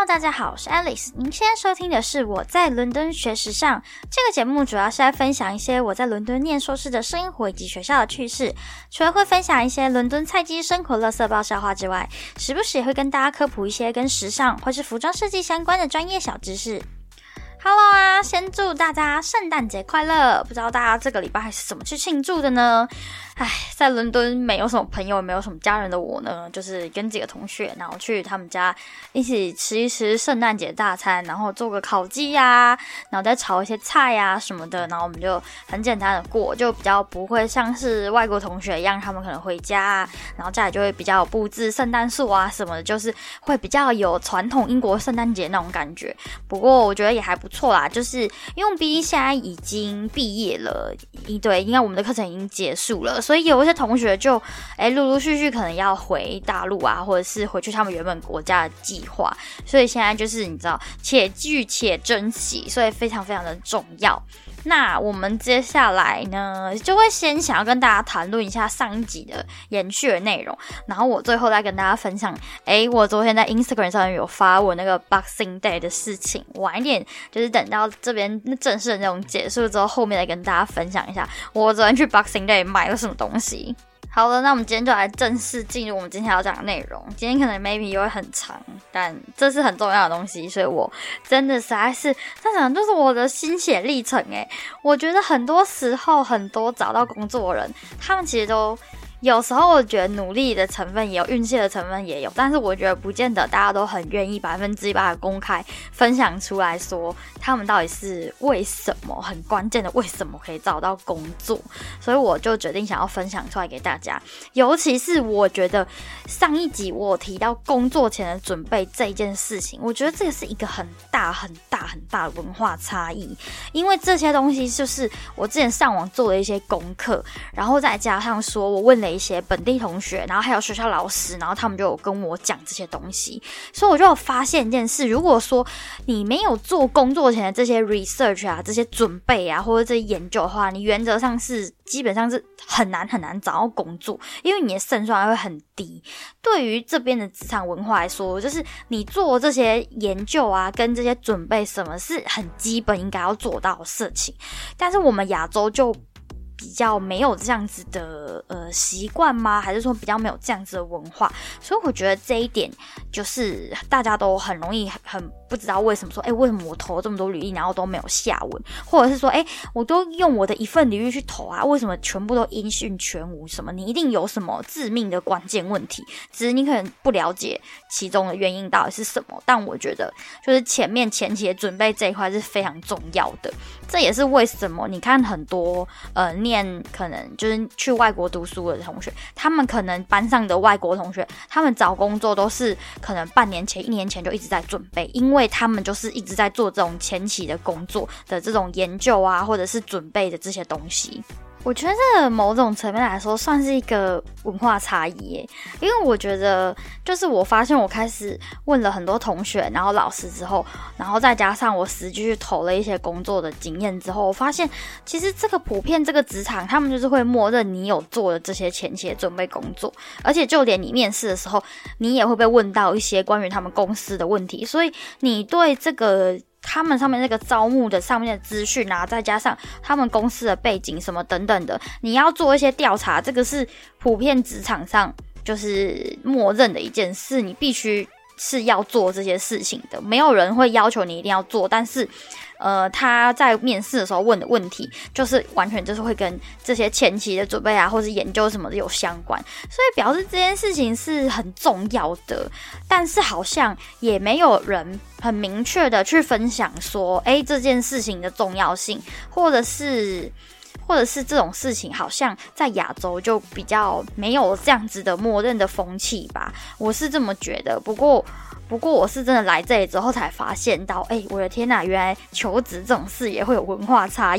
Hello， 大家好，我是 Alice。您现在收听的是我在伦敦学时尚这个节目，主要是在分享一些我在伦敦念硕士的生活以及学校的趣事。除了会分享一些伦敦菜鸡生活垃圾爆笑话之外，时不时也会跟大家科普一些跟时尚或是服装设计相关的专业小知识。Hello 啊，先祝大家圣诞节快乐！不知道大家这个礼拜是怎么去庆祝的呢？在伦敦没有什么朋友，也没有什么家人的我呢，就是跟几个同学，然后去他们家一起吃一吃圣诞节大餐，然后做个烤鸡呀，然后再炒一些菜呀什么的，然后我们就很简单的过，就比较不会像是外国同学一样，他们可能回家啊，然后家里就会比较有布置圣诞树啊什么的，就是会比较有传统英国圣诞节那种感觉。不过我觉得也还不错啦，就是因为毕竟现在已经毕业了，对，应该我们的课程已经结束了，所以有一些同学就陆陆续续可能要回大陆啊，或者是回去他们原本国家的计划，所以现在就是你知道且聚且珍惜，所以非常非常的重要。那我们接下来呢，就会先想要跟大家谈论一下上一集的延续的内容，然后我最后再跟大家分享，我昨天在 Instagram 上面有发我那个 Boxing Day 的事情，晚一点就是等到这边正式的内容结束之后，后面再跟大家分享一下我昨天去 Boxing Day 买了什么东西。好的，那我们今天就来正式进入我们今天要讲的内容。今天可能 maybe 也会很长，但这是很重要的东西，所以我真的实在是在讲就是我的心血历程我觉得很多时候很多找到工作的人，他们其实都有时候我觉得努力的成分也有，运气的成分也有，但是我觉得不见得大家都很愿意100%的公开分享出来说他们到底是为什么，很关键的为什么可以找到工作，所以我就决定想要分享出来给大家。尤其是我觉得上一集我提到工作前的准备这一件事情，我觉得这个是一个很大的文化差异，因为这些东西就是我之前上网做了一些功课，然后再加上说我问了一些本地同学，然后还有学校老师，然后他们就有跟我讲这些东西，所以我就有发现一件事，如果说你没有做工作前的这些 research 啊，这些准备啊，或者这些研究的话，你原则上是基本上是很难找到工作，因为你的胜算会很低。对于这边的职场文化来说，就是你做这些研究啊，跟这些准备什么是很基本应该要做到的事情，但是我们亚洲就比较没有这样子的习惯吗？还是说比较没有这样子的文化？所以我觉得这一点就是大家都很容易很不知道为什么说，为什么我投这么多履历然后都没有下文，或者是说，我都用我的一份履历去投啊，为什么全部都音讯全无？什么你一定有什么致命的关键问题，只是你可能不了解其中的原因到底是什么。但我觉得就是前期的准备这一块是非常重要的，这也是为什么你看很多念可能就是去外国读书的同学，他们可能班上的外国同学，他们找工作都是可能半年前、1年前就一直在准备，因为他们就是一直在做这种前期的工作的这种研究啊，或者是准备的这些东西。我觉得这某种层面来说算是一个文化差异因为我觉得就是我发现我开始问了很多同学然后老师之后，然后再加上我实际去投了一些工作的经验之后，我发现其实这个普遍这个职场他们就是会默认你有做的这些前期的准备工作，而且就连你面试的时候你也会被问到一些关于他们公司的问题，所以你对这个他们上面那个招募的上面的资讯啊，再加上他们公司的背景什么等等的，你要做一些调查，这个是普遍职场上就是默认的一件事，你必须是要做这些事情的，没有人会要求你一定要做，但是他在面试的时候问的问题就是完全就是会跟这些前期的准备啊或是研究什么的有相关，所以表示这件事情是很重要的，但是好像也没有人很明确的去分享说这件事情的重要性，或者是这种事情好像在亚洲就比较没有这样子的默认的风气吧，我是这么觉得。不过我是真的来这里之后才发现到我的天哪，原来求职这种事也会有文化差异。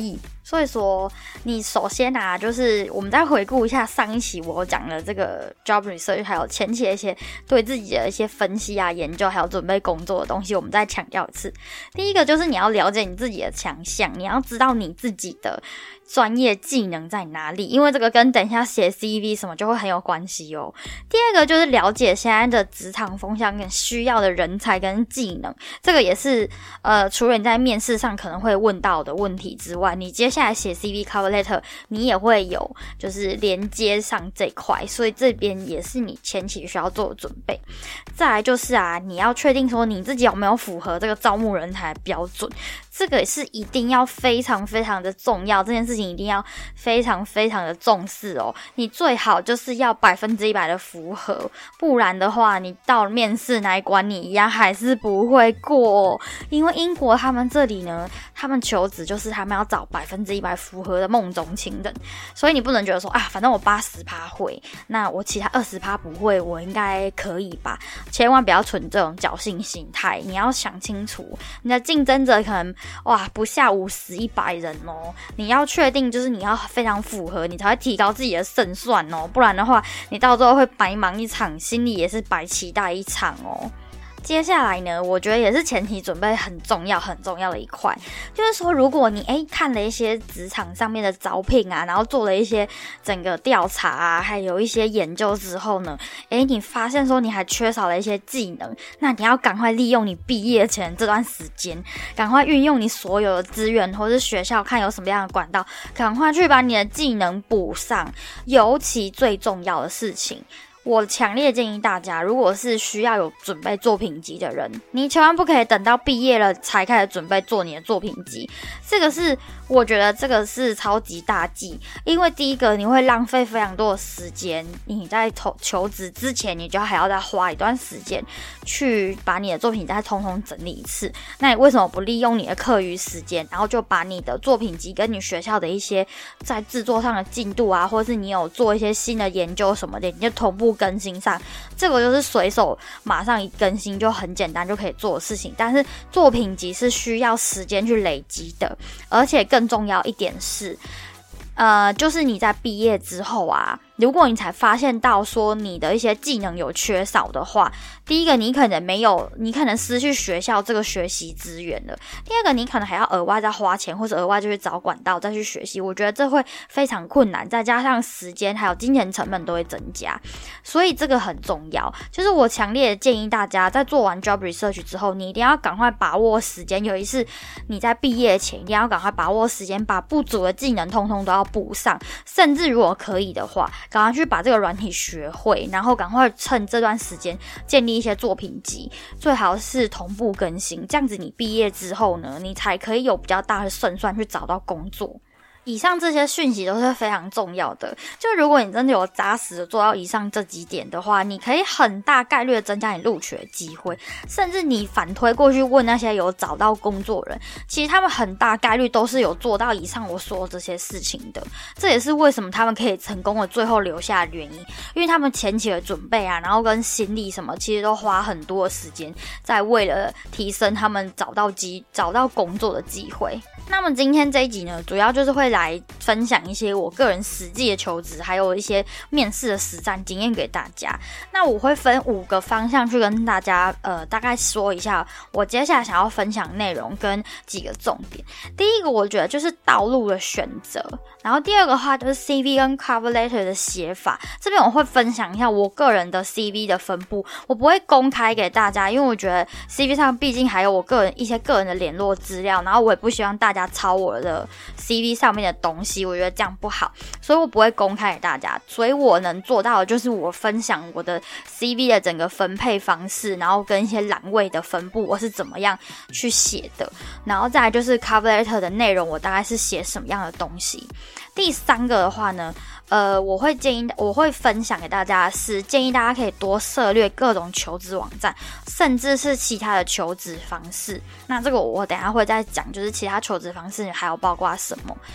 所以说，你首先就是我们再回顾一下上一期我讲的这个 job research， 还有前期的一些对自己的一些分析研究，还有准备工作的东西，我们再强调一次。第一个就是你要了解你自己的强项，你要知道你自己的专业技能在哪里，因为这个跟等一下写 CV 什么就会很有关系哦。第二个就是了解现在的职场风向跟需要的人才跟技能，这个也是除了你在面试上可能会问到的问题之外，你接下来写 CV cover letter 你也会有就是连接上这块，所以这边也是你前期需要做的准备。再来就是你要确定说你自己有没有符合这个招募人才的标准，这个也是一定要非常非常的重要，这件事情一定要非常非常的重视哦。你最好就是要100%的符合，不然的话你到面试那一关你一样还是不会过哦。因为英国他们这里呢，他们求职就是他们要找100%符合的梦中情人，所以你不能觉得说反正我80%会，那我其他20%不会，我应该可以吧？千万不要存这种侥幸心态，你要想清楚，你的竞争者可能不下50、100人哦，你要确定就是你要非常符合，你才会提高自己的胜算哦，不然的话你到最后会白忙一场，心里也是白期待一场哦。接下来呢，我觉得也是前期准备很重要的一块，就是说如果你看了一些职场上面的招聘然后做了一些整个调查还有一些研究之后呢，你发现说你还缺少了一些技能，那你要赶快利用你毕业前这段时间，赶快运用你所有的资源或是学校看有什么样的管道，赶快去把你的技能补上。尤其最重要的事情，我强烈建议大家，如果是需要有准备作品集的人，你千万不可以等到毕业了才开始准备做你的作品集，我觉得这个是超级大忌。因为第一个你会浪费非常多的时间，你在求职之前你就还要再花一段时间去把你的作品再通通整理一次，那你为什么不利用你的课余时间，然后就把你的作品集跟你学校的一些在制作上的进度或是你有做一些新的研究什么的，你就同步更新上，这个就是随手马上一更新就很简单就可以做的事情。但是作品集是需要时间去累积的，而且更重要一点是就是你在毕业之后如果你才发现到说你的一些技能有缺少的话，第一个你可能失去学校这个学习资源了，第二个你可能还要额外再花钱，或者额外就去找管道再去学习，我觉得这会非常困难，再加上时间还有金钱成本都会增加，所以这个很重要。就是我强烈的建议大家在做完 job research 之后，你一定要赶快把握时间，尤其是你在毕业前一定要赶快把握时间，把不足的技能通通都要补上，甚至如果可以的话，赶快去把这个软体学会，然后赶快趁这段时间建立一些作品集，最好是同步更新，这样子你毕业之后呢，你才可以有比较大的胜算去找到工作。以上这些讯息都是非常重要的，就如果你真的有扎实的做到以上这几点的话，你可以很大概率的增加你录取的机会，甚至你反推过去问那些有找到工作人，其实他们很大概率都是有做到以上我说的这些事情的，这也是为什么他们可以成功的最后留下的原因，因为他们前期的准备然后跟心力什么其实都花很多的时间在为了提升他们找到工作的机会。那么今天这一集呢，主要就是会来分享一些我个人实际的求职，还有一些面试的实战经验给大家。那我会分5个方向去跟大家大概说一下我接下来想要分享内容跟几个重点。第一个我觉得就是道路的选择，然后第二个的话就是 CV 跟 cover letter 的写法，这边我会分享一下我个人的 CV 的分布，我不会公开给大家，因为我觉得 CV 上毕竟还有我一些个人的联络资料，然后我也不希望大家抄我的 CV 上面的东西，我觉得这样不好，所以我不会公开给大家。所以我能做到的就是我分享我的 CV 的整个分配方式，然后跟一些栏位的分布我是怎么样去写的，然后再来就是 cover letter 的内容我大概是写什么样的东西。第3个的话呢，我会分享给大家是建议大家可以多涉猎各种求职网站，甚至是其他的求职方式。那这个我等一下会再讲，就是其他求职方式还有包括什么。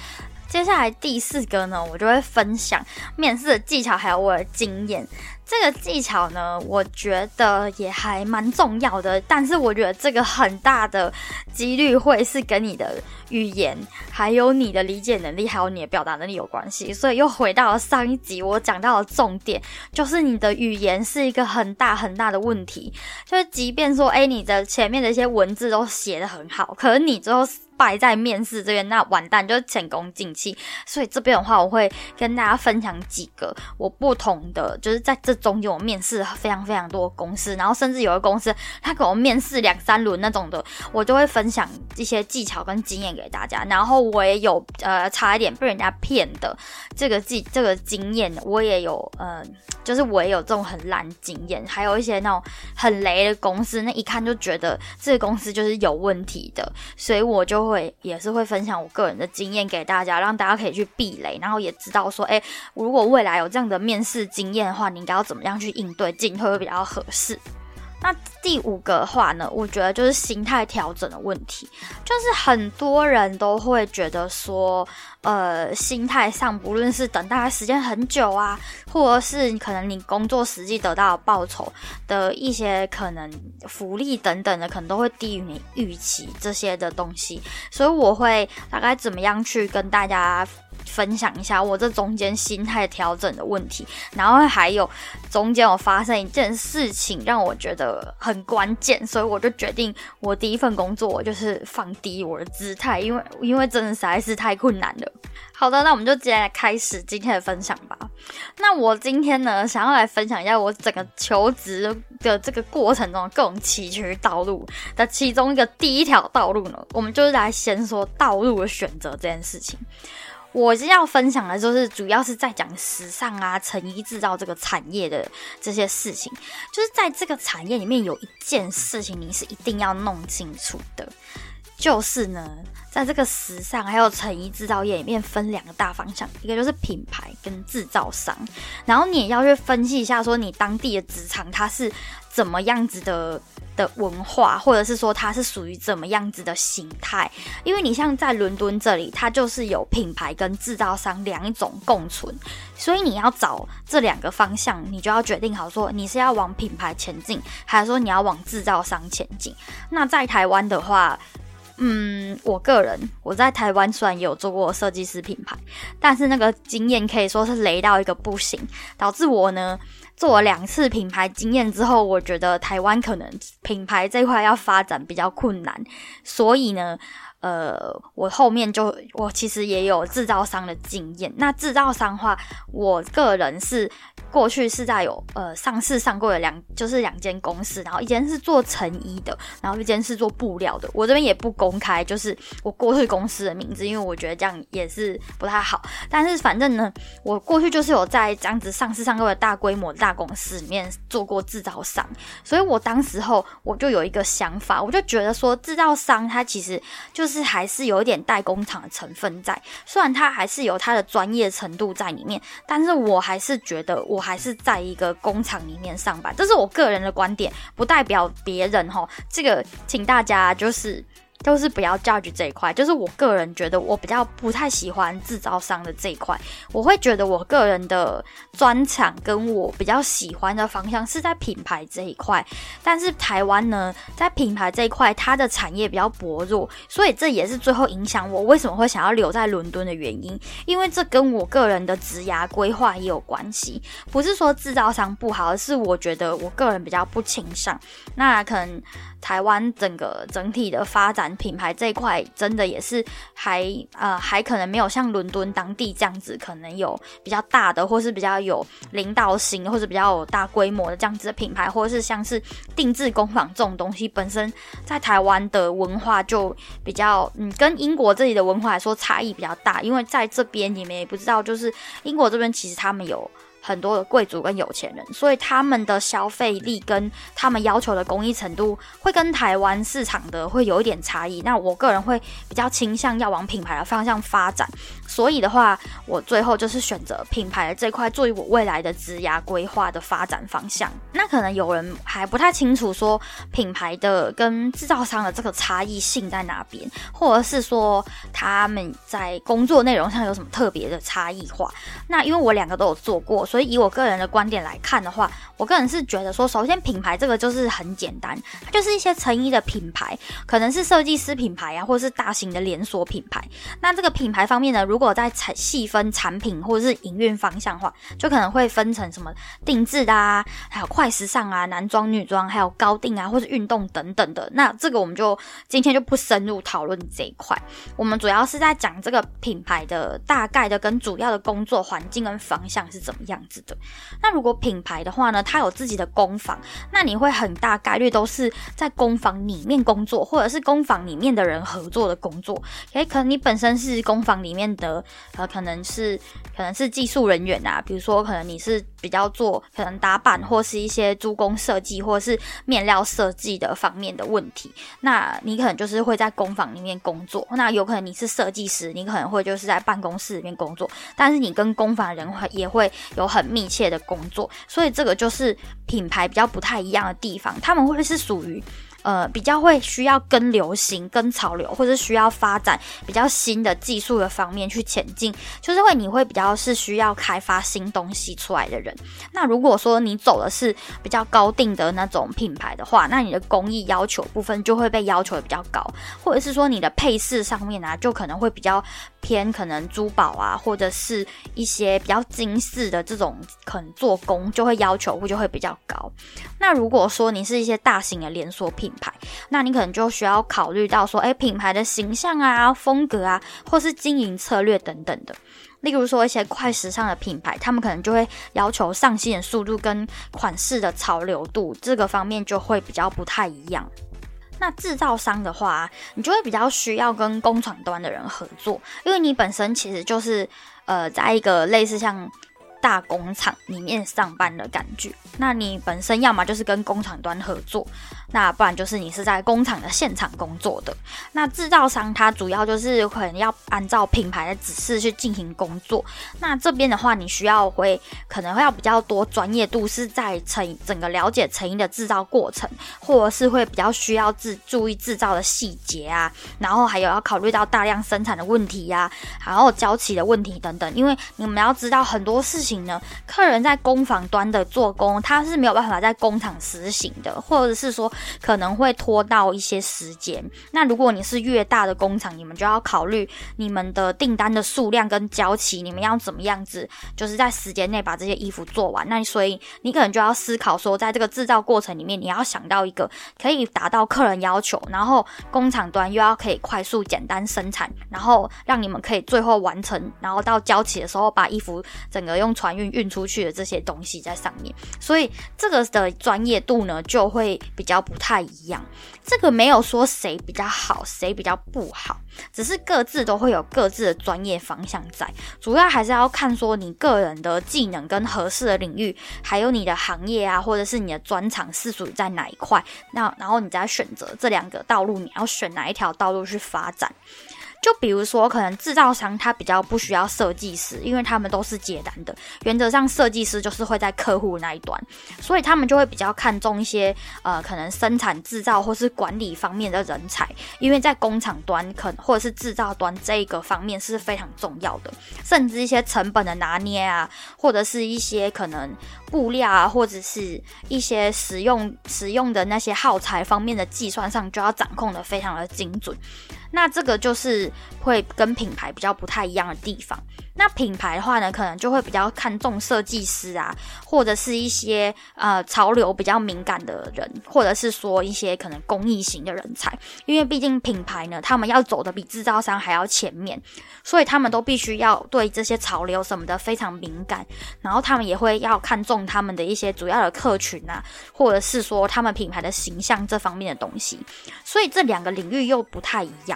接下来第4个呢，我就会分享面试的技巧还有我的经验。这个技巧呢，我觉得也还蛮重要的，但是我觉得这个很大的几率会是跟你的语言还有你的理解能力还有你的表达能力有关系。所以又回到了上一集我讲到的重点，就是你的语言是一个很大很大的问题。就是即便说你的前面的一些文字都写得很好，可是你最后败在面试这边，那完蛋，就前功尽弃。所以这边的话，我会跟大家分享几个我不同的，就是在这中间我面试非常非常多的公司，然后甚至有的公司他给我面试2-3轮那种的，我就会分享一些技巧跟经验给大家。然后我也有差一点被人家骗的这个经验，我也有就是我也有这种很烂经验，还有一些那种很雷的公司，那一看就觉得这个公司就是有问题的，所以我就也是会分享我个人的经验给大家，让大家可以去避雷，然后也知道说如果未来有这样的面试经验的话，你应该要怎么样去应对进退会比较合适。那第5个的话呢，我觉得就是心态调整的问题。就是很多人都会觉得说心态上，不论是等待的时间很久啊，或者是可能你工作实际得到的报酬的一些可能福利等等的，可能都会低于你预期这些的东西。所以我会大概怎么样去跟大家分享一下我这中间心态调整的问题，然后还有中间有发生一件事情让我觉得很关键，所以我就决定我第一份工作我就是放低我的姿态，因为真的实在是太困难了。好的，那我们就直接来开始今天的分享吧。那我今天呢，想要来分享一下我整个求职的这个过程中的各种崎岖道路的其中一个第一条道路呢，我们就是来先说道路的选择这件事情。我要分享的就是主要是在讲时尚啊、成衣制造这个产业的这些事情。就是在这个产业里面有一件事情你是一定要弄清楚的，就是呢，在这个时尚还有成衣制造业里面分2个大方向，一个就是品牌跟制造商，然后你也要去分析一下说你当地的职场它是怎么样子的文化，或者是说它是属于怎么样子的形态。因为你像在伦敦这里，它就是有品牌跟制造商2种共存，所以你要找这2个方向，你就要决定好说你是要往品牌前进，还是说你要往制造商前进。那在台湾的话，我个人我在台湾虽然也有做过设计师品牌，但是那个经验可以说是雷到一个不行，导致我呢做了2次品牌经验之后，我觉得台湾可能品牌这块要发展比较困难，所以呢我后面我其实也有制造商的经验。那制造商的话，我个人是过去是在有上市上过的2间公司，然后一间是做成衣的，然后一间是做布料的。我这边也不公开就是我过去公司的名字，因为我觉得这样也是不太好。但是反正呢，我过去就是有在这样子上市上过的大规模的大公司里面做过制造商，所以我当时候我就有一个想法，我就觉得说制造商它其实就是还是有一点代工厂的成分在，虽然它还是有它的专业程度在里面，但是我还是觉得我还是在一个工厂里面上班，这是我个人的观点，不代表别人齁，这个请大家就是不要 judge 这一块，就是我个人觉得我比较不太喜欢制造商的这一块，我会觉得我个人的专长跟我比较喜欢的方向是在品牌这一块，但是台湾呢，在品牌这一块它的产业比较薄弱，所以这也是最后影响我为什么会想要留在伦敦的原因，因为这跟我个人的职涯规划也有关系，不是说制造商不好，而是我觉得我个人比较不倾向，那可能台湾整体的发展品牌这一块真的也是还可能没有像伦敦当地这样子，可能有比较大的，或是比较有领导型，或是比较有大规模的这样子的品牌，或者是像是定制工坊这种东西，本身在台湾的文化就比较跟英国这里的文化来说差异比较大，因为在这边你们也不知道，就是英国这边其实他们有很多的贵族跟有钱人，所以他们的消费力跟他们要求的工艺程度会跟台湾市场的会有一点差异。那我个人会比较倾向要往品牌的方向发展，所以的话，我最后就是选择品牌的这块作为我未来的职涯规划的发展方向。那可能有人还不太清楚说品牌的跟制造商的这个差异性在哪边，或者是说他们在工作内容上有什么特别的差异化。那因为我两个都有做过，所以以我个人的观点来看的话，我个人是觉得说，首先品牌这个就是很简单，它就是一些成衣的品牌，可能是设计师品牌啊，或者是大型的连锁品牌。那这个品牌方面呢，如果在细分产品或者是营运方向的话，就可能会分成什么定制的啊，还有快时尚啊、男装、女装，还有高定啊，或者运动等等的。那这个我们就今天就不深入讨论这一块，我们主要是在讲这个品牌的大概的跟主要的工作环境跟方向是怎么样子的。那如果品牌的话呢，它有自己的工坊，那你会很大概率都是在工坊里面工作，或者是工坊里面的人合作的工作。可能你本身是工坊里面的可能是技术人员啊，比如说可能你是比较做可能打版或是一些珠工设计或者是面料设计的方面的问题，那你可能就是会在工坊里面工作。那有可能你是设计师，你可能会就是在办公室里面工作，但是你跟工坊的人也会有很密切的工作，所以这个就是品牌比较不太一样的地方，他们会是属于比较会需要跟流行、跟潮流，或者需要发展比较新的技术的方面去前进，就是你会比较是需要开发新东西出来的人。那如果说你走的是比较高定的那种品牌的话，那你的工艺要求部分就会被要求的比较高，或者是说你的配饰上面啊，就可能会比较偏可能珠宝啊，或者是一些比较精致的这种可能做工就会要求就会比较高。那如果说你是一些大型的连锁品牌，那你可能就需要考虑到说品牌的形象啊、风格啊，或是经营策略等等的。例如说一些快时尚的品牌，他们可能就会要求上新的速度跟款式的潮流度，这个方面就会比较不太一样。那制造商的话，你就会比较需要跟工厂端的人合作，因为你本身其实就是在一个类似像大工厂里面上班的感觉。那你本身要么就是跟工厂端合作，那不然就是你是在工厂的现场工作的。那制造商它主要就是可能要按照品牌的指示去进行工作。那这边的话，你可能会要比较多专业度，是在整个了解成衣的制造过程，或者是会比较需要注意制造的细节啊，然后还有要考虑到大量生产的问题啊，然后交期的问题等等。因为你们要知道很多事情呢，客人在工坊端的做工，他是没有办法在工厂实行的，或者是说可能会拖到一些时间。那如果你是越大的工厂，你们就要考虑你们的订单的数量跟交期，你们要怎么样子就是在时间内把这些衣服做完。那所以你可能就要思考说，在这个制造过程里面，你要想到一个可以达到客人要求，然后工厂端又要可以快速简单生产，然后让你们可以最后完成，然后到交期的时候把衣服整个用船运出去的这些东西在上面。所以这个的专业度呢就会比较不太一样。这个没有说谁比较好谁比较不好，只是各自都会有各自的专业方向在，主要还是要看说你个人的技能跟合适的领域，还有你的行业啊，或者是你的专长是属于在哪一块，然后你再选择这两个道路，你要选哪一条道路去发展。就比如说可能制造商他比较不需要设计师，因为他们都是接单的，原则上设计师就是会在客户那一端，所以他们就会比较看重一些可能生产制造或是管理方面的人才，因为在工厂端或者是制造端这个方面是非常重要的，甚至一些成本的拿捏啊，或者是一些可能布料啊，或者是一些使用的那些耗材方面的计算上就要掌控的非常的精准。那这个就是会跟品牌比较不太一样的地方。那品牌的话呢，可能就会比较看重设计师啊，或者是一些潮流比较敏感的人，或者是说一些可能工艺型的人才。因为毕竟品牌呢，他们要走的比制造商还要前面，所以他们都必须要对这些潮流什么的非常敏感，然后他们也会要看重他们的一些主要的客群啊，或者是说他们品牌的形象这方面的东西。所以这两个领域又不太一样。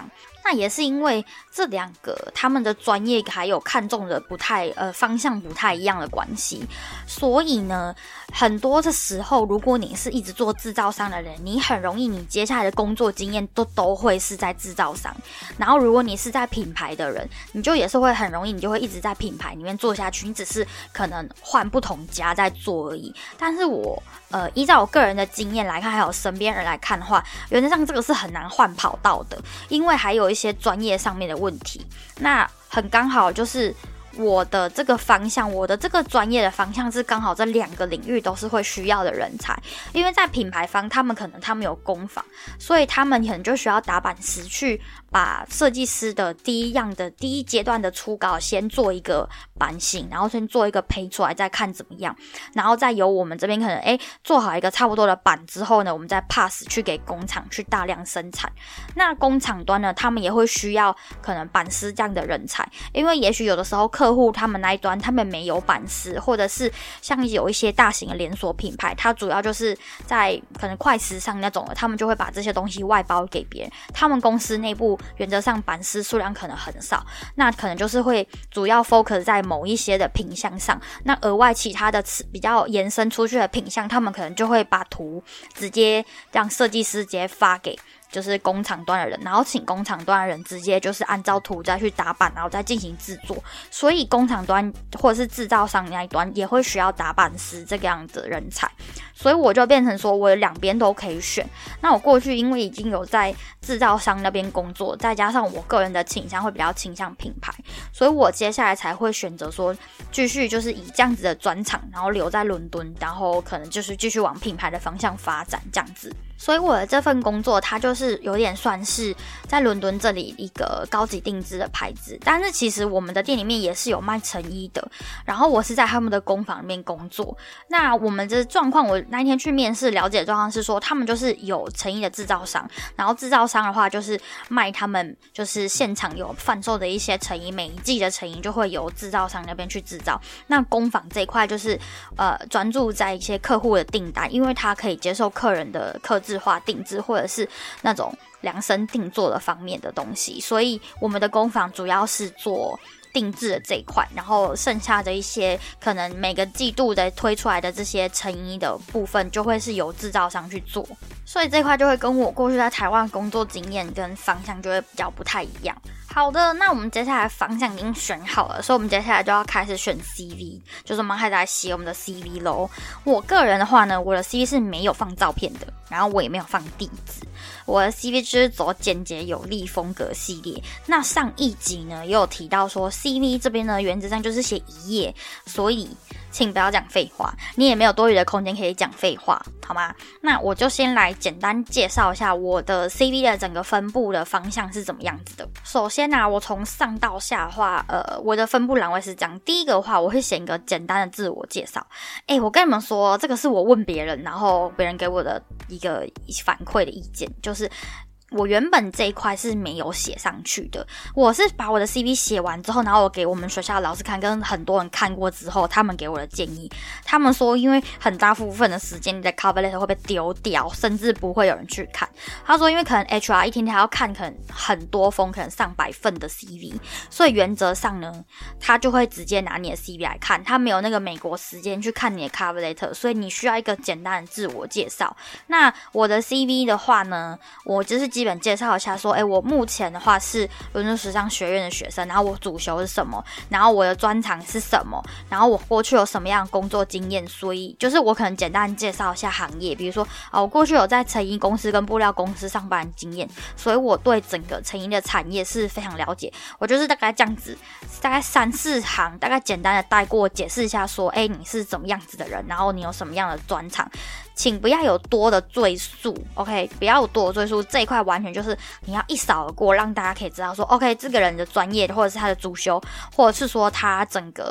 那也是因为这两个他们的专业还有看重的方向不太一样的关系，所以呢，很多的时候，如果你是一直做制造商的人，你很容易你接下来的工作经验都会是在制造商。然后如果你是在品牌的人，你就也是会很容易，你就会一直在品牌里面做下去，你只是可能换不同家在做而已。但是我依照我个人的经验来看，还有身边人来看的话，原则上这个是很难换跑道的，因为还有一些专业上面的问题。那很刚好就是我的这个方向，我的这个专业的方向是刚好这两个领域都是会需要的人才。因为在品牌方，他们有工坊，所以他们可能就需要打版师去把设计师的第一阶段的初稿先做一个版型，然后先做一个配出来，再看怎么样，然后再由我们这边可能做好一个差不多的版之后呢，我们再 pass 去给工厂去大量生产。那工厂端呢，他们也会需要可能版师这样的人才，因为也许有的时候客户他们那一端他们没有版师，或者是像有一些大型的连锁品牌，它主要就是在可能快时尚那种的，他们就会把这些东西外包给别人，他们公司内部原则上版师数量可能很少，那可能就是会主要 focus 在某一些的品项上，那额外其他的比较延伸出去的品项，他们可能就会把图直接让设计师直接发给就是工厂端的人，然后请工厂端的人直接就是按照图再去打版，然后再进行制作。所以工厂端或者是制造商那一端也会需要打版师这个样的人才，所以我就变成说我两边都可以选。那我过去因为已经有在制造商那边工作，再加上我个人的倾向会比较倾向品牌，所以我接下来才会选择说继续就是以这样子的专长，然后留在伦敦，然后可能就是继续往品牌的方向发展这样子。所以我的这份工作它就是有点算是在伦敦这里一个高级定制的牌子，但是其实我们的店里面也是有卖成衣的，然后我是在他们的工坊里面工作。那我们的状况，我那一天去面试了解的状况是说，他们就是有成衣的制造商，然后制造商的话就是卖他们就是现场有贩售的一些成衣，每一季的成衣就会由制造商那边去制造。那工坊这一块就是专注在一些客户的订单，因为他可以接受客人的客制化定制或者是那种量身定做的方面的东西，所以我们的工坊主要是做定制的这一块，然后剩下的一些可能每个季度的推出来的这些成衣的部分就会是由制造商去做，所以这块就会跟我过去在台湾工作经验跟方向就会比较不太一样。好的，那我们接下来方向已经选好了，所以我们接下来就要开始选 CV， 就是我们开始来写我们的 CV 咯。我个人的话呢，我的 CV 是没有放照片的，然后我也没有放地址，我的 CV 就是走简洁有力风格系列。那上一集呢也有提到说 CV 这边呢原则上就是写一页，所以请不要讲废话，你也没有多余的空间可以讲废话，好吗？那我就先来简单介绍一下我的 CV 的整个分布的方向是怎么样子的。首先啊，我从上到下的话，我的分布栏位是这样。第一个的话，我会写一个简单的自我介绍。我跟你们说，这个是我问别人，然后别人给我的一个反馈的意见，就是我原本这一块是没有写上去的，我是把我的 CV 写完之后，然后我给我们学校的老师看，跟很多人看过之后，他们给我的建议，他们说因为很大部分的时间你的 cover letter 会被丢掉，甚至不会有人去看。他说因为可能 HR 一天还要看可能很多封，可能上百份的 CV， 所以原则上呢，他就会直接拿你的 CV 来看，他没有那个美国时间去看你的 cover letter， 所以你需要一个简单的自我介绍。那我的 CV 的话呢，我就是基本介绍一下说，我目前的话是伦敦时尚学院的学生，然后我主修是什么，然后我的专长是什么，然后我过去有什么样的工作经验，所以就是我可能简单介绍一下行业，比如说我过去有在成衣公司跟布料公司上班的经验，所以我对整个成衣的产业是非常了解。我就是大概这样子，大概3-4行，大概简单的带过，解释一下说，你是怎么样子的人，然后你有什么样的专长。请不要有多的赘述 ，OK， 不要有多的赘述，这一块完全就是你要一扫而过，让大家可以知道说 ，OK， 这个人的专业或者是他的主修，或者是说他整个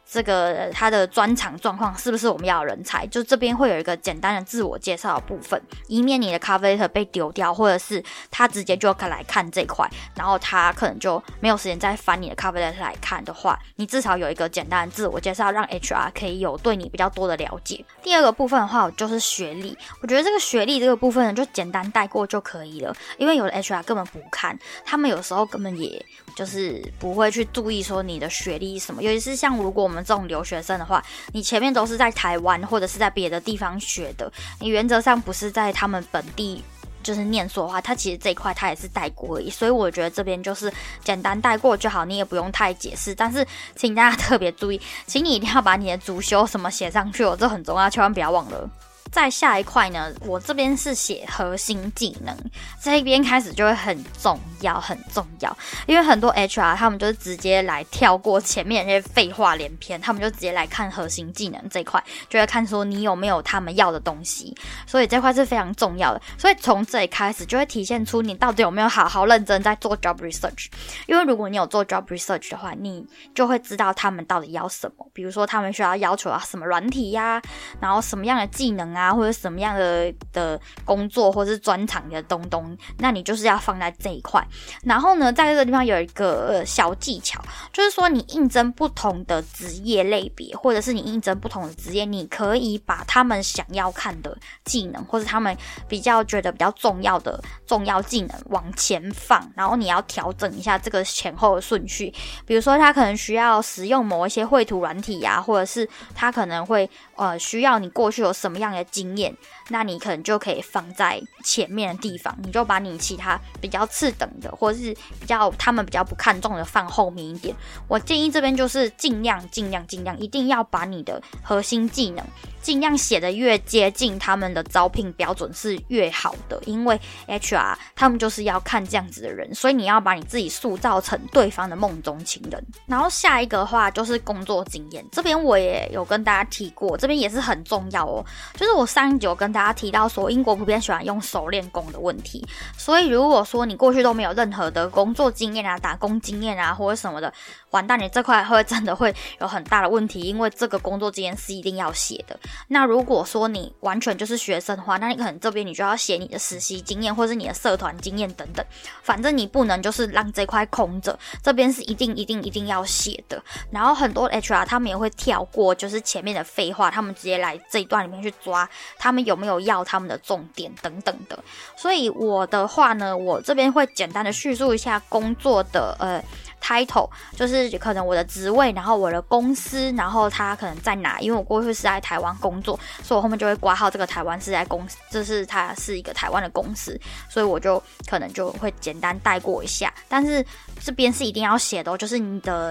这个他的专长状况是不是我们要的人才，就这边会有一个简单的自我介绍的部分，以免你的 cover letter 被丢掉，或者是他直接就来看这一块，然后他可能就没有时间再翻你的 cover letter 来看的话，你至少有一个简单的自我介绍，让 HR 可以有对你比较多的了解。第二个部分的话就是学历，我觉得这个学历这个部分呢就简单带过就可以了，因为有的 HR 根本不看，他们有时候根本也就是不会去注意说你的学历什么，尤其是像如果我们这种留学生的话，你前面都是在台湾或者是在别的地方学的，你原则上不是在他们本地就是念书的话，他其实这一块他也是带过而已，所以我觉得这边就是简单带过就好，你也不用太解释。但是请大家特别注意，请你一定要把你的主修什么写上去哦，这很重要，千万不要忘了。再下一块呢，我这边是写核心技能，这边开始就会很重要，因为很多 HR 他们就是直接来跳过前面那些废话连篇，他们就直接来看核心技能这一块，就会看说你有没有他们要的东西，所以这块是非常重要的。所以从这里开始就会体现出你到底有没有好好认真在做 job research， 因为如果你有做 job research 的话，你就会知道他们到底要什么，比如说他们需要要求什么软体呀，然后什么样的技能啊，或者什么样的工作或是专长的东，那你就是要放在这一块。然后呢，在这个地方有一个小技巧，就是说你应征不同的职业类别，或者是你应征不同的职业，你可以把他们想要看的技能，或者他们觉得比较重要的重要技能往前放，然后你要调整一下这个前后的顺序。比如说他可能需要使用某一些绘图软体啊，或者是他可能会需要你过去有什么样的经验，那你可能就可以放在前面的地方，你就把你其他比较次等的，或者是他们比较不看重的放后面一点。我建议这边就是尽量一定要把你的核心技能尽量写的越接近他们的招聘标准是越好的，因为 HR 他们就是要看这样子的人，所以你要把你自己塑造成对方的梦中情人。然后下一个的话就是工作经验，这边我也有跟大家提过，这边也是很重要哦。就是我上一集有跟大家提到说，英国普遍喜欢用熟练工的问题，所以如果说你过去都没有任何的工作经验啊、打工经验啊或者什么的，完蛋，你这块真的会有很大的问题，因为这个工作经验是一定要写的。那如果说你完全就是学生的话，那你可能这边你就要写你的实习经验或是你的社团经验等等，反正你不能就是让这块空着，这边是一定要写的。然后很多 HR 他们也会跳过就是前面的废话，他们直接来这一段里面去抓他们有没有要他们的重点等等的。所以我的话呢，我这边会简单的叙述一下工作的title， 就是可能我的职位，然后我的公司，然后它可能在哪，因为我过去是在台湾工作，所以我后面就会挂号这个台湾是在公司，就是它是一个台湾的公司，所以我就可能就会简单带过一下。但是这边是一定要写的哦，就是你的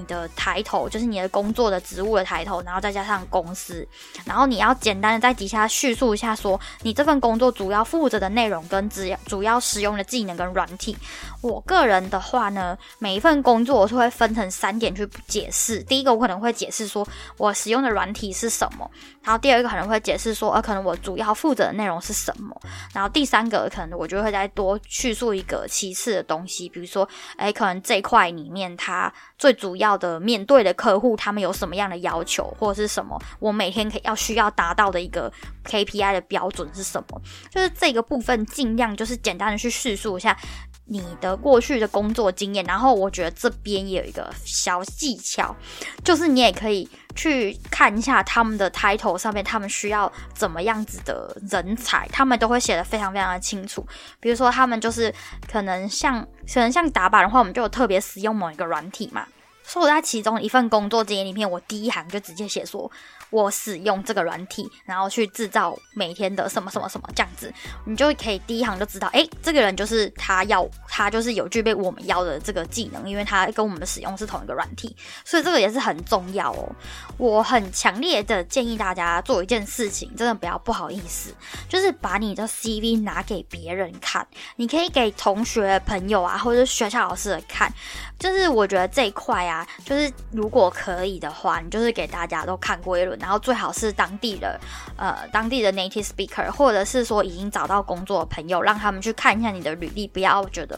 title，就是你的工作的职务的title，然后再加上公司，然后你要简单的在底下叙述一下说你这份工作主要负责的内容跟主要使用的技能跟软体。我个人的话呢，每一份工作我是会分成3点去解释。第一个我可能会解释说我使用的软体是什么，然后第二个可能会解释说可能我主要负责的内容是什么，然后第三个可能我就会再多叙述一个其次的东西，比如说可能这一块里面它最主要的面对的客户他们有什么样的要求，或者是什么我每天需要达到的一个 KPI 的标准是什么，就是这个部分尽量就是简单的去叙述一下你的过去的工作经验。然后我觉得这边也有一个小技巧，就是你也可以去看一下他们的 title 上面他们需要怎么样子的人才，他们都会写得非常非常的清楚。比如说他们就是可能像打靶的话，我们就有特别使用某一个软体嘛，所以我在其中一份工作经验里面，我第一行就直接写说我使用这个软体，然后去制造每天的什么什么什么这样子，你就可以第一行就知道这个人就是他就是有具备我们要的这个技能，因为他跟我们的使用是同一个软体，所以这个也是很重要哦。我很强烈的建议大家做一件事情，真的不要不好意思，就是把你的 CV 拿给别人看，你可以给同学朋友啊或者学校老师看，就是我觉得这一块啊，就是如果可以的话，你就是给大家都看过一轮，然后最好是当地的 native speaker， 或者是说已经找到工作的朋友，让他们去看一下你的履历，不要觉得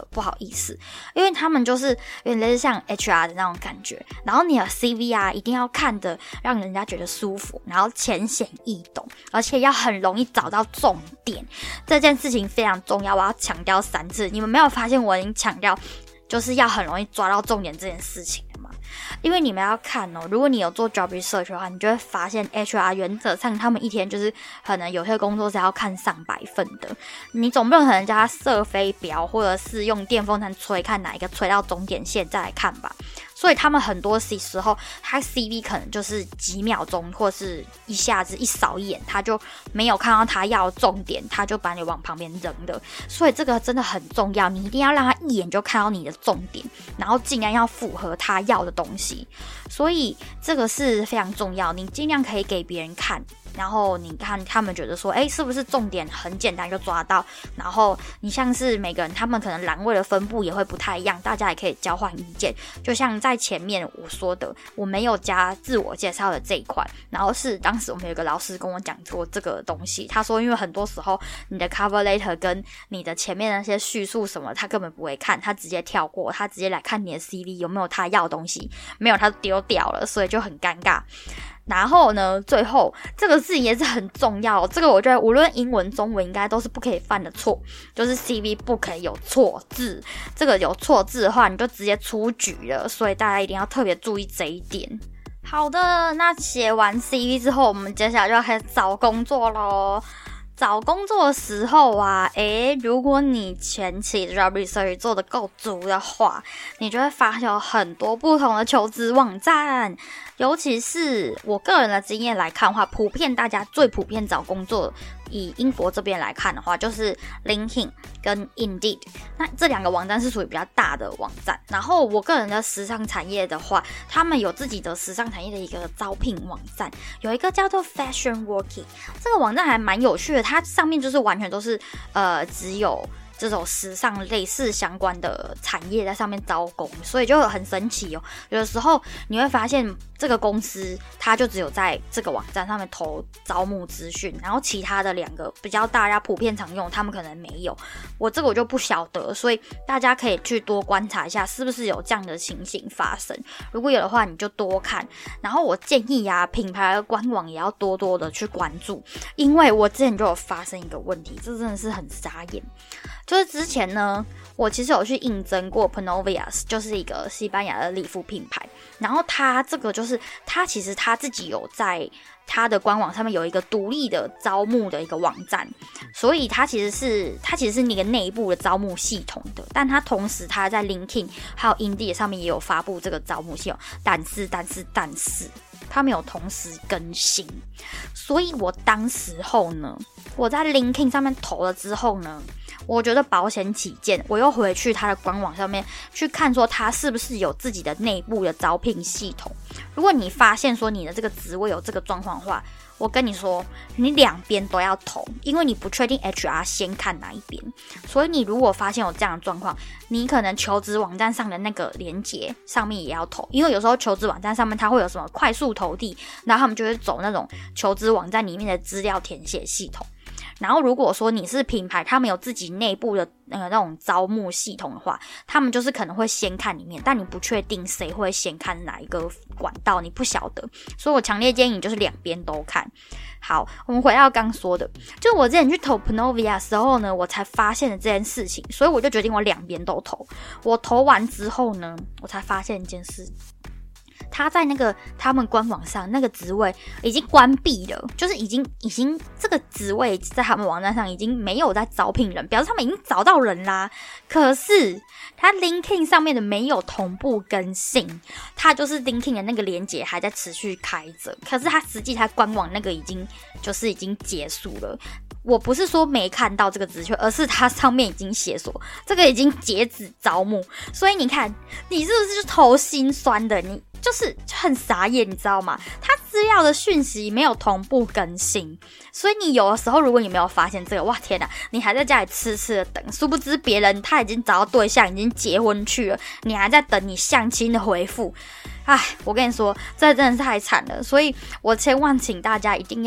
的，不好意思，因为他们就是有点类似像 HR 的那种感觉，然后你的 CV 啊一定要看的让人家觉得舒服，然后浅显易懂，而且要很容易找到重点，这件事情非常重要，我要强调3次。你们没有发现我已经强调就是要很容易抓到重点这件事情了吗？因为你们要看哦，如果你有做 job research 的话，你就会发现 HR 原则上他们一天就是可能有些工作是要看上100份的，你总不能可能叫他射飞镖或者是用电风扇吹，看哪一个吹到终点线再来看吧。所以他们很多时候他 CV 可能就是几秒钟或是一下子一扫一眼，他就没有看到他要的重点，他就把你往旁边扔了。所以这个真的很重要，你一定要让他一眼就看到你的重点，然后尽量要符合他要的东西。所以这个是非常重要，你尽量可以给别人看，然后你看他们觉得说是不是重点很简单就抓到，然后你像是每个人他们可能栏位的分布也会不太一样，大家也可以交换意见。就像在前面我说的，我没有加自我介绍的这一块，然后是当时我们有个老师跟我讲过这个东西，他说因为很多时候你的 cover letter 跟你的前面那些叙述什么他根本不会看，他直接跳过，他直接来看你的 CV 有没有他要的东西，没有他丢掉了，所以就很尴尬。然后呢，最后这个事情也是很重要，这个我觉得无论英文中文应该都是不可以犯的错，就是 CV 不可以有错字，这个有错字的话你就直接出局了，所以大家一定要特别注意这一点。好的，那写完 CV 之后，我们接下来就要开始找工作咯。找工作的时候啊，如果你前期 job research 做得够足的话，你就会发现有很多不同的求职网站，尤其是我个人的经验来看的话，普遍大家最普遍找工作，以英国这边来看的话，就是 LinkedIn 跟 Indeed， 那这2个网站是属于比较大的网站。然后我个人的时尚产业的话，他们有自己的时尚产业的一个招聘网站，有一个叫做 Fashion Working， 这个网站还蛮有趣的，它上面就是完全都是只有这种时尚类似相关的产业在上面招工，所以就很神奇哦。有的时候你会发现这个公司它就只有在这个网站上面投招募资讯，然后其他的2个比较大家普遍常用他们可能没有，我就不晓得，所以大家可以去多观察一下是不是有这样的情形发生，如果有的话你就多看。然后我建议啊，品牌的官网也要多多的去关注，因为我之前就有发生一个问题，这真的是很傻眼。就是之前呢，我其实有去应征过 Panovias， 就是一个西班牙的礼服品牌，然后它这个就是它其实它自己有在它的官网上面有一个独立的招募的一个网站，所以它其实是那个内部的招募系统的，但它同时它在 LinkedIn 还有 Indeed 上面也有发布这个招募系统，但是它没有同时更新，所以我当时候呢，我在 LinkedIn 上面投了之后呢，我觉得保险起见，我又回去它的官网上面去看说它是不是有自己的内部的招聘系统。如果你发现说你的这个职位有这个状况的话，我跟你说，你2边都要投，因为你不确定 HR 先看哪一边，所以你如果发现有这样的状况，你可能求职网站上的那个连结上面也要投，因为有时候求职网站上面它会有什么快速投递，然后他们就会走那种求职网站里面的资料填写系统。然后如果说你是品牌，他们有自己内部的那种招募系统的话，他们就是可能会先看里面，但你不确定谁会先看哪一个管道，你不晓得，所以我强烈建议你就是2边都看。好，我们回到刚说的，就我之前去投 Panovia 的时候呢，我才发现了这件事情，所以我就决定我2边都投。我投完之后呢，我才发现一件事，他在那个他们官网上那个职位已经关闭了，就是已经这个职位在他们网站上已经没有在招聘人，表示他们已经找到人啦。可是他 LinkedIn 上面的没有同步更新，他就是 LinkedIn 的那个连结还在持续开着，可是他实际他官网那个已经结束了。我不是说没看到这个职缺，而是它上面已经写说这个已经截止招募，所以你看你是不是就头心酸的，你就是很傻眼，你知道吗？它资料的讯息没有同步更新，所以你有的时候如果你没有发现这个，哇天哪，你还在家里痴痴的等，殊不知别人他已经找到对象，已经结婚去了，你还在等你相亲的回复。哎，我跟你说，这真的是太惨了，所以我千万请大家一定要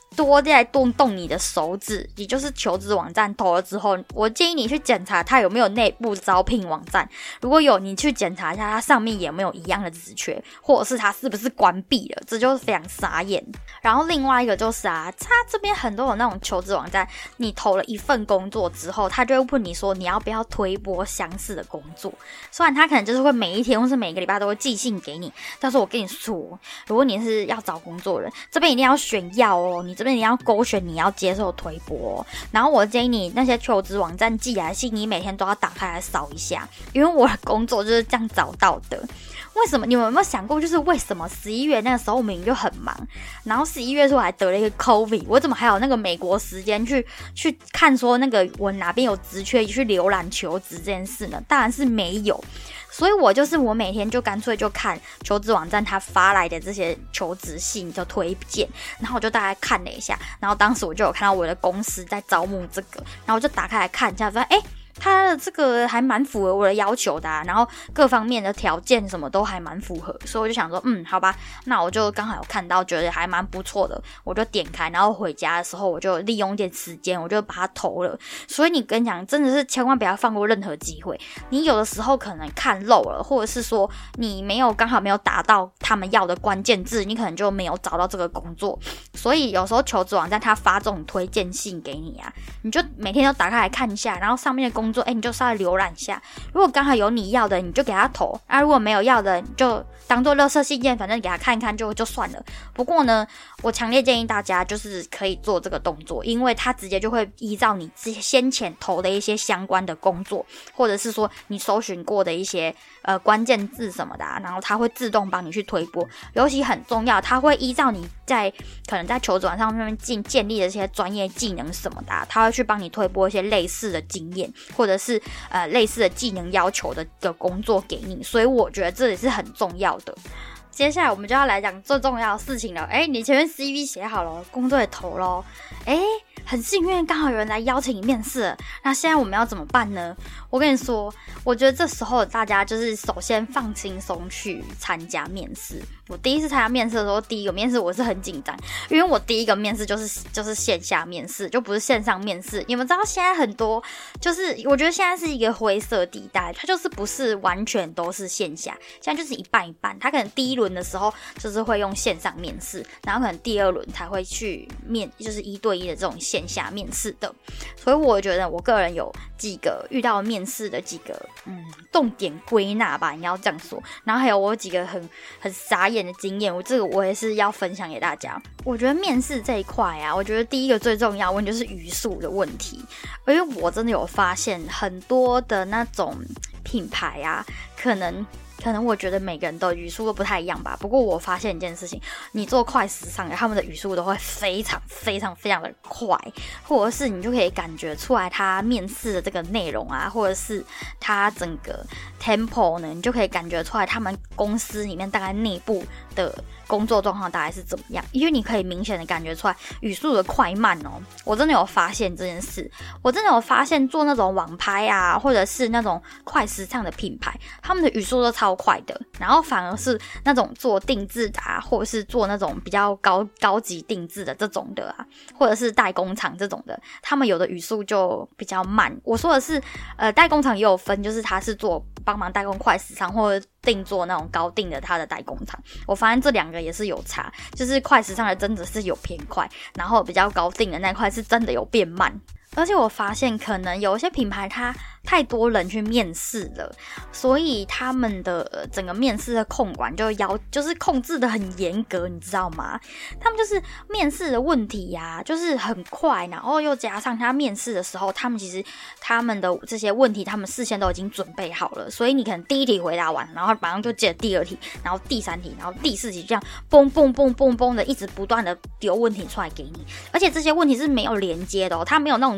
多在动你的手指，也就是求职网站投了之后，我建议你去检查它有没有内部招聘网站，如果有，你去检查一下它上面有没有一样的职缺，或者是它是不是关闭了，这就是非常傻眼。然后另外一个就是它这边很多有那种求职网站，你投了一份工作之后，它就会问你说你要不要推播相似的工作，虽然它可能就是会每一天或是每个礼拜都会寄信给你，但是我跟你说，如果你是要找工作人，这边一定要选要哦，你这边一定要勾选你要接受推播哦。然后我建议你那些求职网站寄来的信，你每天都要打开来扫一下，因为我的工作就是这样找到的。为什么？你们有没有想过，就是为什么11月那个时候我明明就很忙，然后11月初还得了一个 COVID， 我怎么还有那个美国时间去看说那个我哪边有职缺去浏览求职这件事呢？当然是没有。所以我每天就干脆就看求职网站他发来的这些求职信的推荐，然后我就大概看了一下，然后当时我就有看到我的公司在招募这个，然后我就打开来看一下，发现他的这个还蛮符合我的要求的然后各方面的条件什么都还蛮符合，所以我就想说好吧，那我就刚好有看到觉得还蛮不错的，我就点开，然后回家的时候我就利用一点时间我就把它投了。所以你跟你讲真的是千万不要放过任何机会，你有的时候可能看漏了，或者是说你刚好没有达到他们要的关键字，你可能就没有找到这个工作。所以有时候求职网站他发这种推荐信给你你就每天都打开来看一下，然后上面的工作你就稍微浏览一下，如果刚好有你要的你就给他投如果没有要的你就当做垃圾信件，反正给他看一看就算了。不过呢，我强烈建议大家就是可以做这个动作，因为他直接就会依照你先前投的一些相关的工作，或者是说你搜寻过的一些关键字什么的然后他会自动帮你去推播。尤其很重要，他会依照你可能在求职网上面建立的一些专业技能什么的他会去帮你推播一些类似的经验，或者是类似的技能要求的工作给你，所以我觉得这也是很重要的。接下来我们就要来讲最重要的事情了。你前面 CV 写好了，工作也投了，很幸运刚好有人来邀请你面试了，那现在我们要怎么办呢？我跟你说，我觉得这时候大家就是首先放轻松去参加面试。我第一次参加面试的时候，第一个面试我是很紧张，因为我第一个面试就是线下面试，就不是线上面试。你们知道现在很多就是我觉得现在是一个灰色地带，它就是不是完全都是线下，现在就是一半一半。它可能第一轮的时候就是会用线上面试，然后可能第二轮才会去就是1对1的这种线下面试的。所以我觉得我个人有几个遇到面试的几个重点归纳吧，你要这样说。然后还有我有几个很傻眼的经验，这个我也是要分享给大家。我觉得面试这一块我觉得第一个最重要的问题就是语速的问题，因为我真的有发现很多的那种品牌可能我觉得每个人的语速都不太一样吧。不过我发现一件事情，你做快时尚的，他们的语速都会非常非常非常的快，或者是你就可以感觉出来他面试的这个内容或者是他整个 tempo 呢，你就可以感觉出来他们公司里面大概内部的工作状况大概是怎么样，因为你可以明显的感觉出来语速的快慢我真的有发现这件事，我真的有发现做那种网拍或者是那种快时尚的品牌，他们的语速都超快的，然后反而是那种做定制的或者是做那种比较高级定制的这种的或者是代工厂这种的，他们有的语速就比较慢。我说的是代工厂也有分，就是他是帮忙代工快时尚或者定做那种高定的他的代工厂，我发现这两个也是有差，就是快时尚的真的是有偏快，然后比较高定的那块是真的有变慢。而且我发现可能有一些品牌它太多人去面试了，所以他们的整个面试的控管就是控制的很严格，你知道吗？他们就是面试的问题就是很快，然后又加上他面试的时候，他们其实他们的这些问题他们事先都已经准备好了，所以你可能第一题回答完，然后马上就接着第二题，然后第三题，然后第四题，这样蹦蹦蹦蹦蹦的一直不断的丢问题出来给你，而且这些问题是没有连接的他没有那种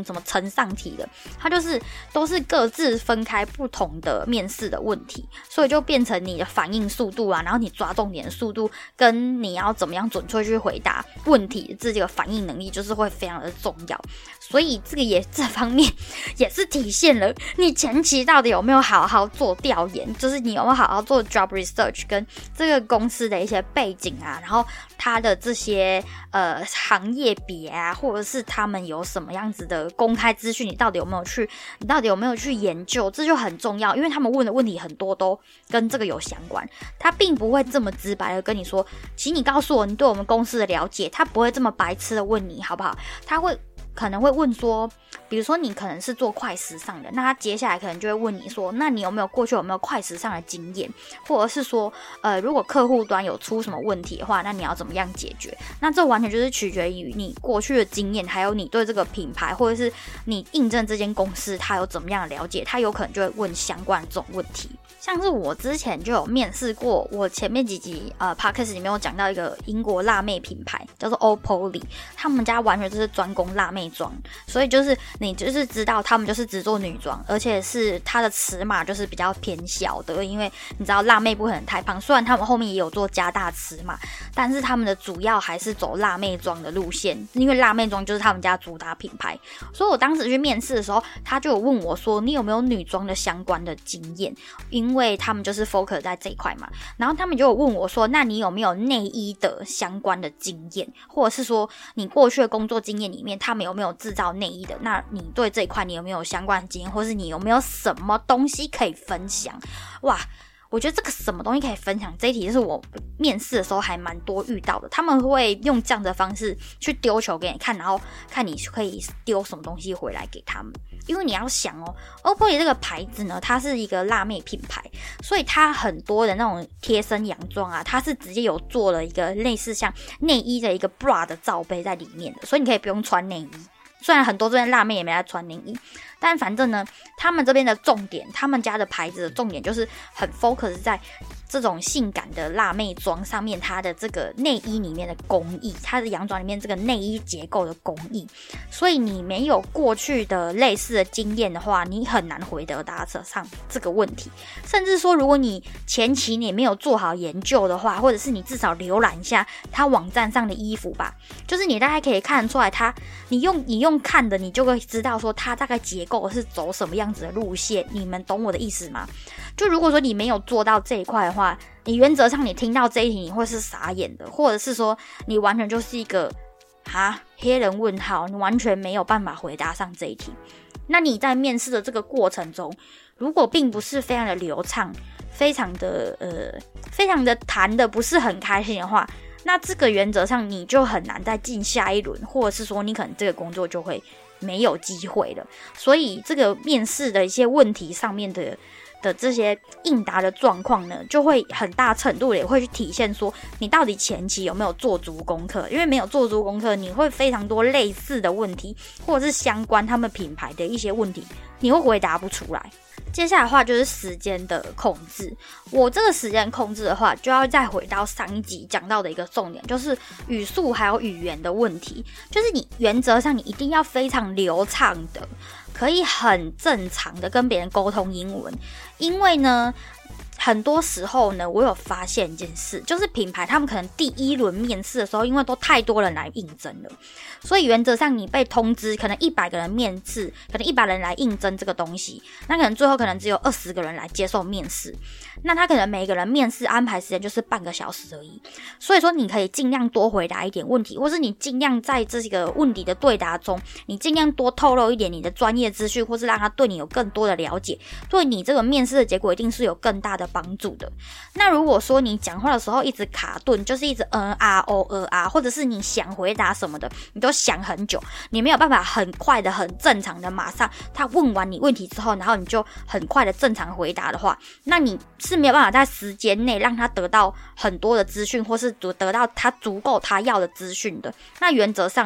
种什么呈上题的，它就是都是各自分开不同的面试的问题，所以就变成你的反应速度啊，然后你抓重点的速度跟你要怎么样准确去回答问题这个反应能力就是会非常的重要。所以这方面也是体现了你前期到底有没有好好做调研，就是你有没有好好做 job research 跟这个公司的一些背景啊，然后它的这些行业别啊，或者是他们有什么样子的公开资讯，你到底有没有去研究，这就很重要。因为他们问的问题很多都跟这个有相关，他并不会这么直白的跟你说，请你告诉我你对我们公司的了解，他不会这么白痴的问你好不好，他可能会问说，比如说你可能是做快时尚的，那他接下来可能就会问你说，那你过去有没有快时尚的经验，或者是说如果客户端有出什么问题的话，那你要怎么样解决，那这完全就是取决于你过去的经验，还有你对这个品牌或者是你应征这间公司他有怎么样的了解，他有可能就会问相关的这种问题。像是我之前就有面试过，我前面几集podcast 里面有讲到一个英国辣妹品牌叫做 Opoly， 他们家完全就是专攻辣妹装，所以就是你就是知道他们就是只做女装，而且是它的尺码就是比较偏小的，因为你知道辣妹不可能太胖，虽然他们后面也有做加大尺码，但是他们的主要还是走辣妹装的路线，因为辣妹装就是他们家主打品牌。所以我当时去面试的时候，他就有问我说，你有没有女装的相关的经验，因为他们就是 focus 在这一块嘛，然后他们就有问我说，那你有没有内衣的相关的经验，或者是说你过去的工作经验里面他们有没有制造内衣的，那你对这一块你有没有相关的经验，或是你有没有什么东西可以分享。哇，我觉得这个什么东西可以分享这一题是我面试的时候还蛮多遇到的，他们会用这样的方式去丢球给你看，然后看你可以丢什么东西回来给他们。因为你要想哦 Opoly 这个牌子呢，它是一个辣妹品牌，所以它很多的那种贴身洋装啊，它是直接有做了一个类似像内衣的一个 bra 的罩杯在里面的，所以你可以不用穿内衣。虽然很多这边辣妹也没在穿内衣，但反正呢，他们这边的重点，他们家的牌子的重点就是很 focus 在这种性感的辣妹装上面，它的这个内衣里面的工艺，它的洋装里面这个内衣结构的工艺，所以你没有过去的类似的经验的话，你很难回答上这个问题。甚至说，如果你前期你没有做好研究的话，或者是你至少浏览一下它网站上的衣服吧，就是你大概可以看出来你用看的，你就会知道说它大概结构是走什么样子的路线。你们懂我的意思吗？就如果说你没有做到这一块的话，你原则上你听到这一题你会是傻眼的，或者是说你完全就是一个黑人问号，你完全没有办法回答上这一题。那你在面试的这个过程中，如果并不是非常的流畅，非常的谈的不是很开心的话，那这个原则上你就很难再进下一轮，或者是说你可能这个工作就会没有机会了。所以这个面试的一些问题上面的这些应答的状况呢，就会很大程度也会去体现说你到底前期有没有做足功课。因为没有做足功课，你会非常多类似的问题，或者是相关他们品牌的一些问题，你会回答不出来。接下来的话就是时间的控制。我这个时间控制的话，就要再回到上一集讲到的一个重点，就是语速还有语言的问题。就是你原则上你一定要非常流畅的，可以很正常的跟别人沟通英文。因为呢，很多时候呢，我有发现一件事，就是品牌他们可能第一轮面试的时候，因为都太多人来应征了，所以原则上你被通知可能100个人面试，可能100人来应征这个东西，那可能最后可能只有20个人来接受面试，那他可能每个人面试安排时间就是半个小时而已。所以说你可以尽量多回答一点问题，或是你尽量在这个问题的对答中，你尽量多透露一点你的专业资讯，或是让他对你有更多的了解，对你这个面试的结果一定是有更大的帮助的。那如果说你讲话的时候一直卡顿，就是一直或者是你想回答什么的，你都想很久，你没有办法很快的很正常的马上他问完你问题之后，然后你就很快的正常回答的话，那你是没有办法在时间内让他得到很多的资讯，或是得到他足够他要的资讯的。那原则上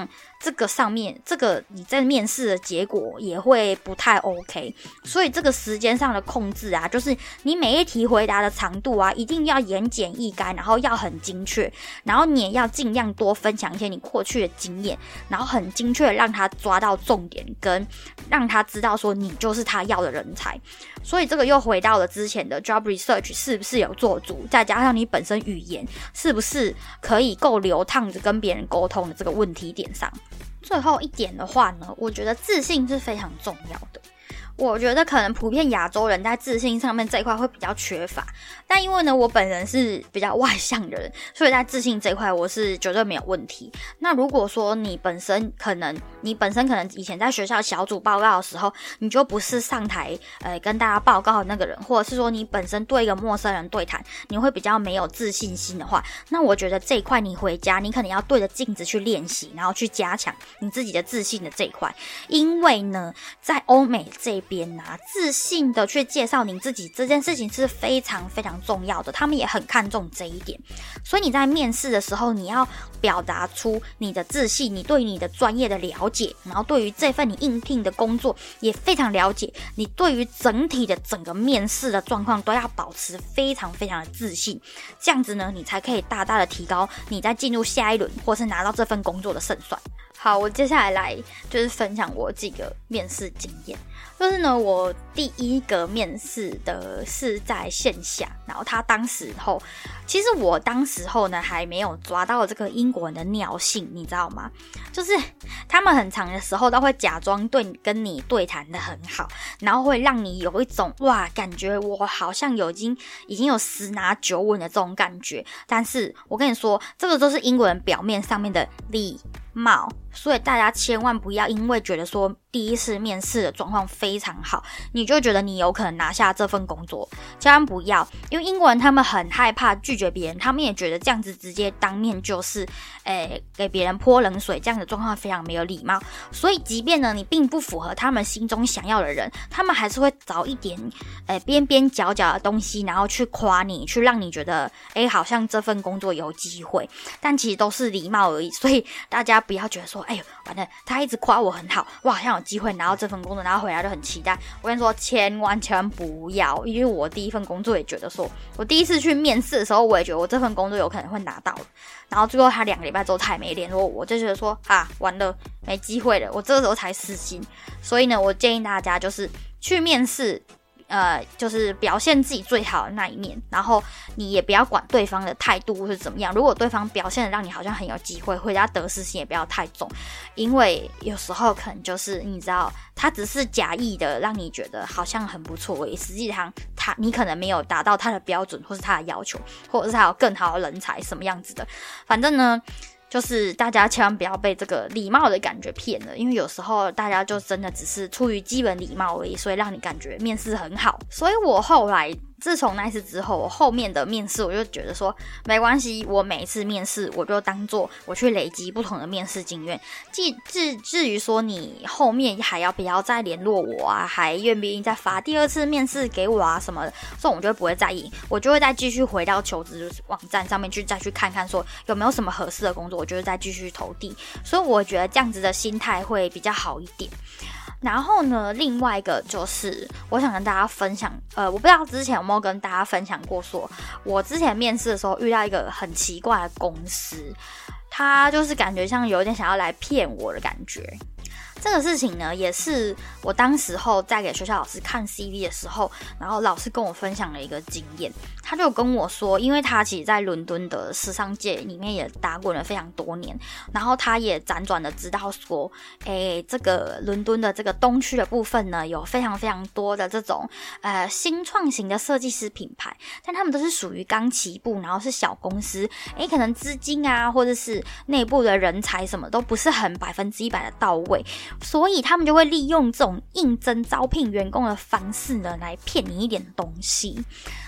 这个上面这个你在面试的结果也会不太 OK。所以这个时间上的控制啊，就是你每一题回答的长度啊，一定要言简意赅，然后要很精确，然后你也要尽量多分享一些你过去的经验，然后很精确的让他抓到重点，跟让他知道说你就是他要的人才。所以这个又回到了之前的 job research 是不是有做足，再加上你本身语言是不是可以够流畅的跟别人沟通的这个问题点上。最后一点的话呢，我觉得自信是非常重要的。我觉得可能普遍亚洲人在自信上面这一块会比较缺乏，但因为呢我本人是比较外向的人，所以在自信这一块我是绝对没有问题。那如果说你本身可能以前在学校小组报告的时候，你就不是上台跟大家报告的那个人，或者是说你本身对一个陌生人对谈你会比较没有自信心的话，那我觉得这一块你回家你可能要对着镜子去练习，然后去加强你自己的自信的这一块。因为呢在欧美这边啊，自信的去介绍你自己这件事情是非常非常重要的，他们也很看重这一点。所以你在面试的时候，你要表达出你的自信，你对你的专业的了解，然后对于这份你应聘的工作也非常了解，你对于整体的整个面试的状况都要保持非常非常的自信，这样子呢你才可以大大的提高你在进入下一轮或是拿到这份工作的胜算。好，我接下来就是分享我几个面试经验。就是呢，我第一个面试的是在线下，然后其实我当时候呢还没有抓到这个英国人的尿性，你知道吗？就是他们很长的时候都会假装跟你对谈的很好，然后会让你有一种哇，感觉我好像已经有10拿9稳的这种感觉。但是我跟你说，这个都是英国人表面上面的礼貌，所以大家千万不要因为觉得说第一次面试的状况非常好，你就觉得你有可能拿下这份工作，千万不要。因为英国人他们很害怕拒绝别人，他们也觉得这样子直接当面就是给别人泼冷水，这样的状况非常没有礼貌。所以即便呢你并不符合他们心中想要的人，他们还是会找一点边边角角的东西，然后去夸你，去让你觉得好像这份工作有机会，但其实都是礼貌而已。所以大家不要觉得说完了，他一直夸我很好，我好像有机会拿到这份工作，然后回来就很期待。我跟你说千万不要，因为我第一份工作也觉得说，我第一次去面试的时候我也觉得我这份工作有可能会拿到，然后最后他2个礼拜之后他也没联络我，就觉得说完了，没机会了，我这个时候才死心。所以呢我建议大家就是去面试就是表现自己最好的那一面，然后你也不要管对方的态度是怎么样。如果对方表现的让你好像很有机会，回家得失心也不要太重，因为有时候可能就是你知道他只是假意的让你觉得好像很不错而已，实际上你可能没有达到他的标准，或是他的要求，或者是他有更好的人才什么样子的。反正呢就是大家千万不要被这个礼貌的感觉骗了，因为有时候大家就真的只是出于基本礼貌而已，所以让你感觉面试很好。所以我后来自从那次之后，我后面的面试我就觉得说没关系，我每一次面试我就当做我去累积不同的面试经验。至于说你后面还要不要再联络我啊，还愿不愿意再发第2次面试给我啊什么的，这种我就不会在意，我就会再继续回到求职网站上面再去看看说有没有什么合适的工作，我就会再继续投递。所以我觉得这样子的心态会比较好一点。然后呢，另外一个就是我想跟大家分享，我不知道之前有没有跟大家分享过说我之前面试的时候遇到一个很奇怪的公司，他就是感觉像有点想要来骗我的感觉。这个事情呢，也是我当时候在给学校老师看 CV 的时候，然后老师跟我分享了一个经验。他就跟我说，因为他其实在伦敦的时尚界里面也打滚了非常多年，然后他也辗转的知道说这个伦敦的这个东区的部分呢，有非常非常多的这种新创型的设计师品牌，但他们都是属于刚起步，然后是小公司，可能资金啊或者是内部的人才什么都不是很100%的到位，所以他们就会利用这种应征招聘员工的方式呢，来骗你一点东西。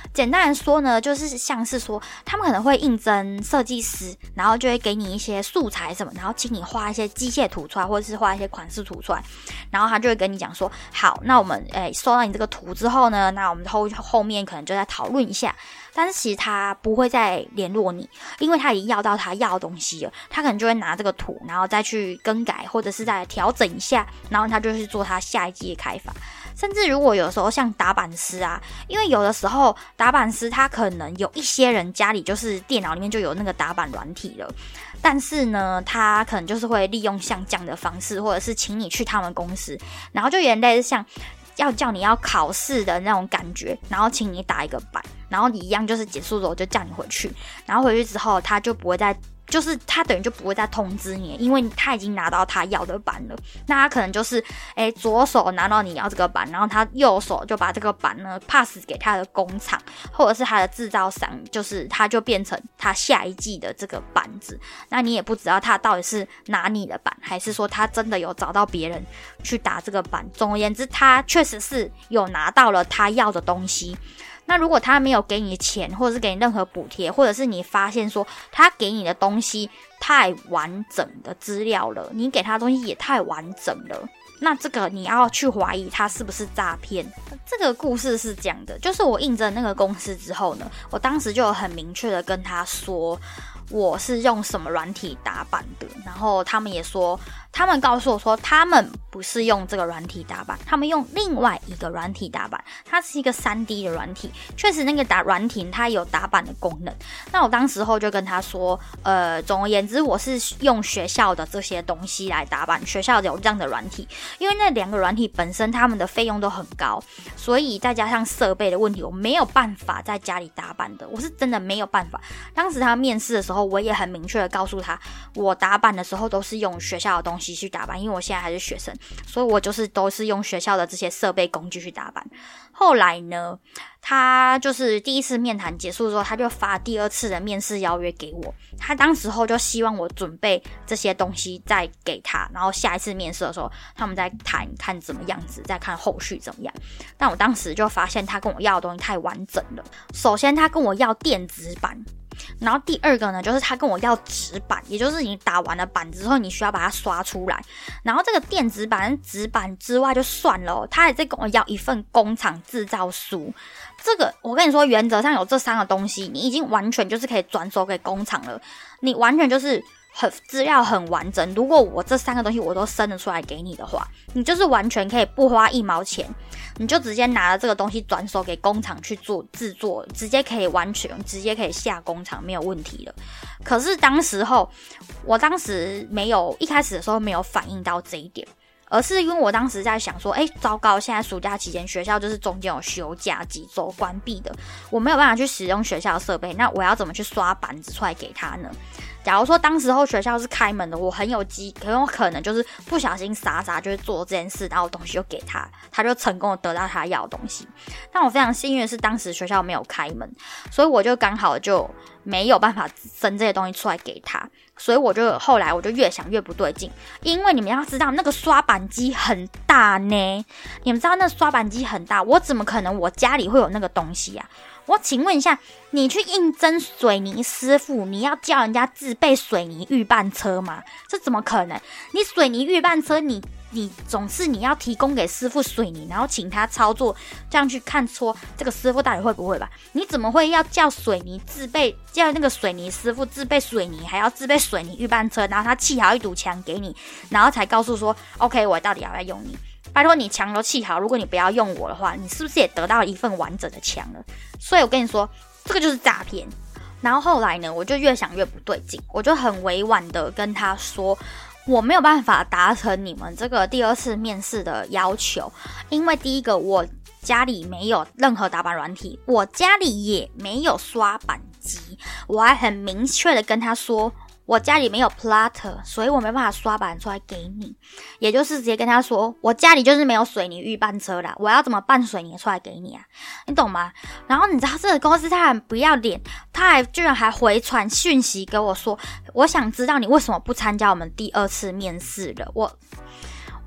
简单来说呢，就是像是说他们可能会应征设计师，然后就会给你一些素材什么，然后请你画一些机械图出来，或者是画一些款式图出来，然后他就会跟你讲说，好，那我们收到你这个图之后呢，那我们后面可能就再讨论一下。但是其实他不会再联络你，因为他已经要到他要的东西了，他可能就会拿这个图，然后再去更改或者是再调整一下，然后他就去做他下一季的开发。甚至如果有时候像打板师啊，因为有的时候打板师他可能有一些人家里就是电脑里面就有那个打板软体了，但是呢他可能就是会利用像这样的方式，或者是请你去他们公司，然后就有点类似像要叫你要考试的那种感觉，然后请你打一个板，然后你一样就是结束之后就叫你回去，然后回去之后他就不会再，就是他等于就不会再通知你，因为他已经拿到他要的板了。那他可能就是左手拿到你要这个板，然后他右手就把这个板呢 pass 给他的工厂或者是他的制造商，就是他就变成他下一季的这个板子。那你也不知道他到底是拿你的板，还是说他真的有找到别人去打这个板。总而言之，他确实是有拿到了他要的东西。那如果他没有给你钱，或者是给你任何补贴，或者是你发现说他给你的东西太完整的资料了，你给他的东西也太完整了，那这个你要去怀疑他是不是诈骗。这个故事是这样的，就是我应征那个公司之后呢，我当时就有很明确的跟他说我是用什么软体打板的，然后他们也说，他们告诉我说他们不是用这个软体打板，他们用另外一个软体打板，它是一个 3D 的软体，确实那个软体它有打板的功能。那我当时候就跟他说总而言之我是用学校的这些东西来打板，学校有这样的软体，因为那2个软体本身他们的费用都很高，所以再加上设备的问题，我没有办法在家里打板的，我是真的没有办法。当时他面试的时候我也很明确的告诉他，我打板的时候都是用学校的东西去打板，因为我现在还是学生，所以我就是都是用学校的这些设备工具去打板。后来呢，他就是第一次面谈结束之后，他就发第2次的面试邀约给我，他当时候就希望我准备这些东西再给他，然后下一次面试的时候他们再谈看怎么样子，再看后续怎么样。但我当时就发现他跟我要的东西太完整了，首先他跟我要电子版，然后第2个呢，就是他跟我要纸板，也就是你打完了板之后，你需要把它刷出来。然后这个电子版、纸板之外就算了他还在跟我要一份工厂制造书。这个我跟你说，原则上有这3个东西，你已经完全就是可以转手给工厂了，你完全就是资料很完整。如果我这3个东西我都生得出来给你的话，你就是完全可以不花1毛钱，你就直接拿了这个东西转手给工厂去做制作，直接可以完全直接可以下工厂，没有问题了。可是我当时没有，一开始的时候没有反应到这一点，而是因为我当时在想说，糟糕，现在暑假期间学校就是中间有休假几周关闭的，我没有办法去使用学校的设备，那我要怎么去刷板子出来给他呢？假如说当时候学校是开门的，我很有可能就是不小心傻就是做这件事，然后东西就给他，他就成功的得到他要的东西。但我非常幸运的是当时学校没有开门，所以我就刚好就没有办法生这些东西出来给他。所以后来我就越想越不对劲，因为你们要知道那个刷板机很大呢，你们知道那刷板机很大，我怎么可能我家里会有那个东西啊？我请问一下，你去应征水泥师傅，你要叫人家自备水泥预拌车吗？这怎么可能？你水泥预拌车，你总是你要提供给师傅水泥，然后请他操作，这样去看说这个师傅到底会不会吧？你怎么会要叫那个水泥师傅自备水泥，还要自备水泥预拌车，然后他砌好一堵墙给你，然后才告诉说 OK 我到底要不要用你？拜托，你墙都砌好，如果你不要用我的话，你是不是也得到了一份完整的墙了？所以我跟你说，这个就是诈骗。然后后来呢，我就越想越不对劲，我就很委婉的跟他说，我没有办法达成你们这个第2次面试的要求，因为第一个我家里没有任何打板软体，我家里也没有刷板机，我还很明确的跟他说，我家里没有 plotter， 所以我没办法刷板出来给你，也就是直接跟他说，我家里就是没有水泥预拌车啦，我要怎么拌水泥出来给你啊？你懂吗？然后你知道这个公司他很不要脸，他居然还回传讯息给我说，我想知道你为什么不参加我们第2次面试了。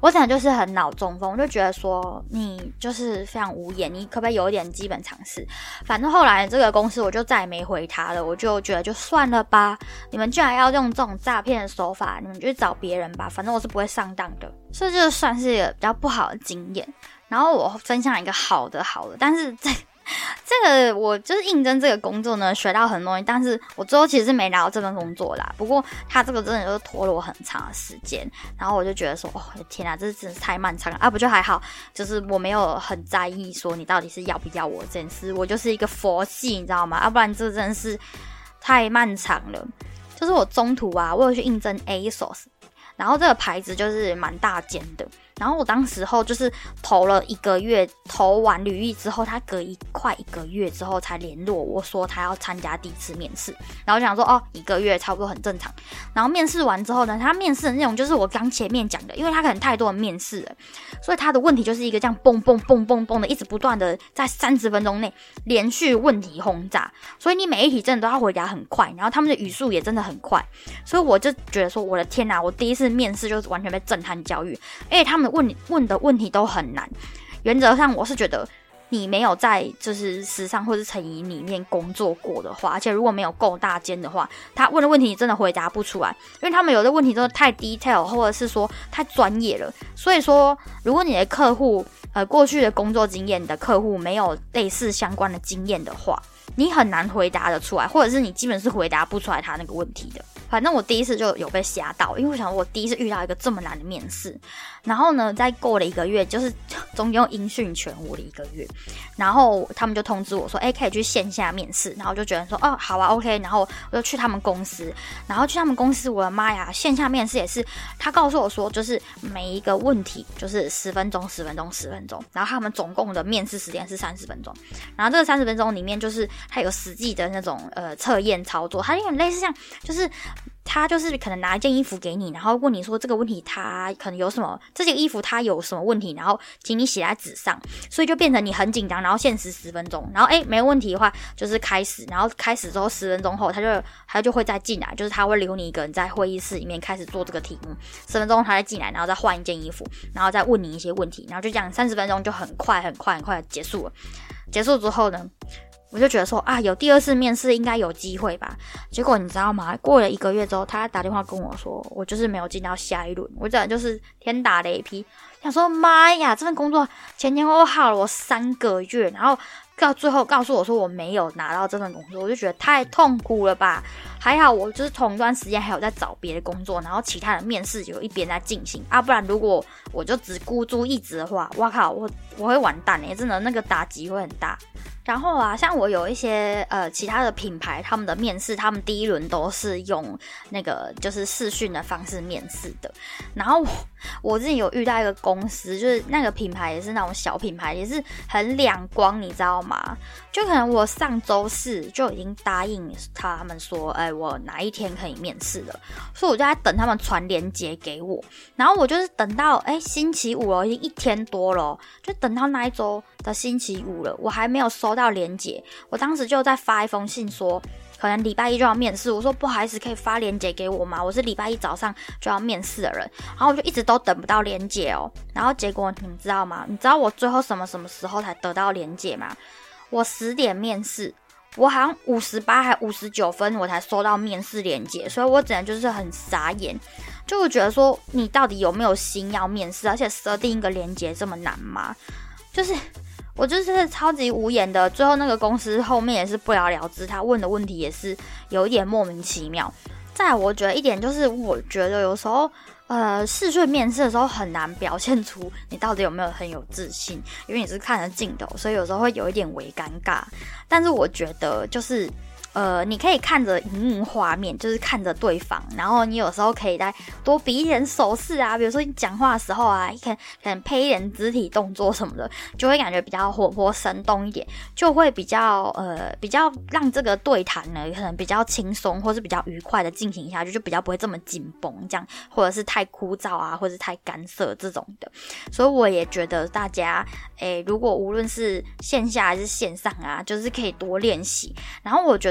我真的就是很脑中风，我就觉得说你就是非常无言，你可不可以有一点基本常识？反正后来这个公司我就再也没回他了，我就觉得就算了吧，你们居然要用这种诈骗的手法，你们就去找别人吧，反正我是不会上当的。所以就算是一个比较不好的经验。然后我分享一个好的，但是这个我就是应征这个工作呢，学到很多东西，但是我最后其实是没拿到这份工作啦。不过他这个真的就是拖了我很长的时间，然后我就觉得说，哦天啊，这真的是太漫长了啊！不就还好，就是我没有很在意说你到底是要不要我这件事，我就是一个佛系，你知道吗？要不然这真的是太漫长了。就是我中途啊，我有去应征 ASOS， 然后这个牌子就是蛮大间的。然后我当时候就是投了1个月，投完履历之后，他隔快1个月之后才联络我说他要参加第一次面试。然后我想说1个月差不多很正常。然后面试完之后呢，他面试的内容就是我刚前面讲的，因为他可能太多人面试了，所以他的问题就是一个这样蹦蹦蹦蹦蹦的，一直不断的在30分钟内连续问题轰炸，所以你每一题真的都要回答很快，然后他们的语速也真的很快，所以我就觉得说我的天哪，我第一次面试就是完全被震撼教育，而且他们问的问题都很难。原则上我是觉得你没有在就是时尚或是成衣里面工作过的话，而且如果没有够大间的话，他问的问题你真的回答不出来，因为他们有的问题都太 detail 或者是说太专业了。所以说如果你的客户过去的工作经验的客户没有类似相关的经验的话，你很难回答得出来，或者是你基本是回答不出来他那个问题的。反正我第一次就有被吓到，因为我想我第一次遇到一个这么难的面试。然后呢，再过了1个月，就是中间音讯全无的1个月，然后他们就通知我说，可以去线下面试。然后我就觉得说，好啊 OK。然后我就去他们公司，然后去他们公司，我的妈呀，线下面试也是，他告诉我说，就是每一个问题就是10分钟10分钟10分钟，然后他们总共的面试时间是30分钟，然后这个30分钟里面就是他有实际的那种测验操作，他有点类似像就是他就是可能拿一件衣服给你，然后问你说这个问题他可能有什么，这件衣服他有什么问题，然后请你写在纸上，所以就变成你很紧张，然后限时10分钟，然后没有问题的话就是开始，然后开始之后10分钟后他就会再进来，就是他会留你一个人在会议室里面开始做这个题目，10分钟他再进来，然后再换一件衣服，然后再问你一些问题，然后就这样30分钟就很快的结束了。结束之后呢，我就觉得说有第2次面试应该有机会吧。结果你知道吗？过了1个月之后，他打电话跟我说，我就是没有进到下一轮。我真的就是天打雷劈，想说妈呀，这份工作前后耗了我3个月，然后到最后告诉我说我没有拿到这份工作，我就觉得太痛苦了吧。还好我就是同一段时间还有在找别的工作，然后其他的面试有一边在进行不然如果我就只孤注一掷的话，哇靠，我会完蛋真的那个打击会很大。然后像我有一些其他的品牌，他们的面试，他们第1轮都是用那个就是视讯的方式面试的。然后我自己有遇到一个公司，就是那个品牌也是那种小品牌，也是很两光，你知道吗？就可能我上周4就已经答应他们说，我哪一天可以面试了，所以我就在等他们传链接给我。然后我就是等到星期5了，已经1天多了，就等到那一周的星期5了，我还没有收到链接。我当时就在发一封信说，可能礼拜1就要面试，我说不好意思，可以发链接给我吗？我是礼拜1早上就要面试的人。然后我就一直都等不到链接然后结果你知道吗？你知道我最后什么时候才得到链接吗？我10点面试，我好像58还59分我才收到面试链接，所以我真的就是很傻眼，就觉得说你到底有没有心要面试，而且设定一个链接这么难吗？就是我就是超级无言的。最后那个公司后面也是不了了之，他问的问题也是有一点莫名其妙。再来我觉得一点就是，我觉得有时候视讯面试的时候很难表现出你到底有没有很有自信，因为你是看着镜头，所以有时候会有一点微尴尬。但是我觉得就是你可以看着荧幕画面，就是看着对方，然后你有时候可以再多比一点手势啊，比如说你讲话的时候可能配一点肢体动作什么的，就会感觉比较活泼生动一点，就会比较让这个对谈呢可能比较轻松，或是比较愉快的进行下去，就比较不会这么紧绷这样，或者是太枯燥或者是太干涩这种的。所以我也觉得大家如果无论是线下还是线上就是可以多练习。然后我觉得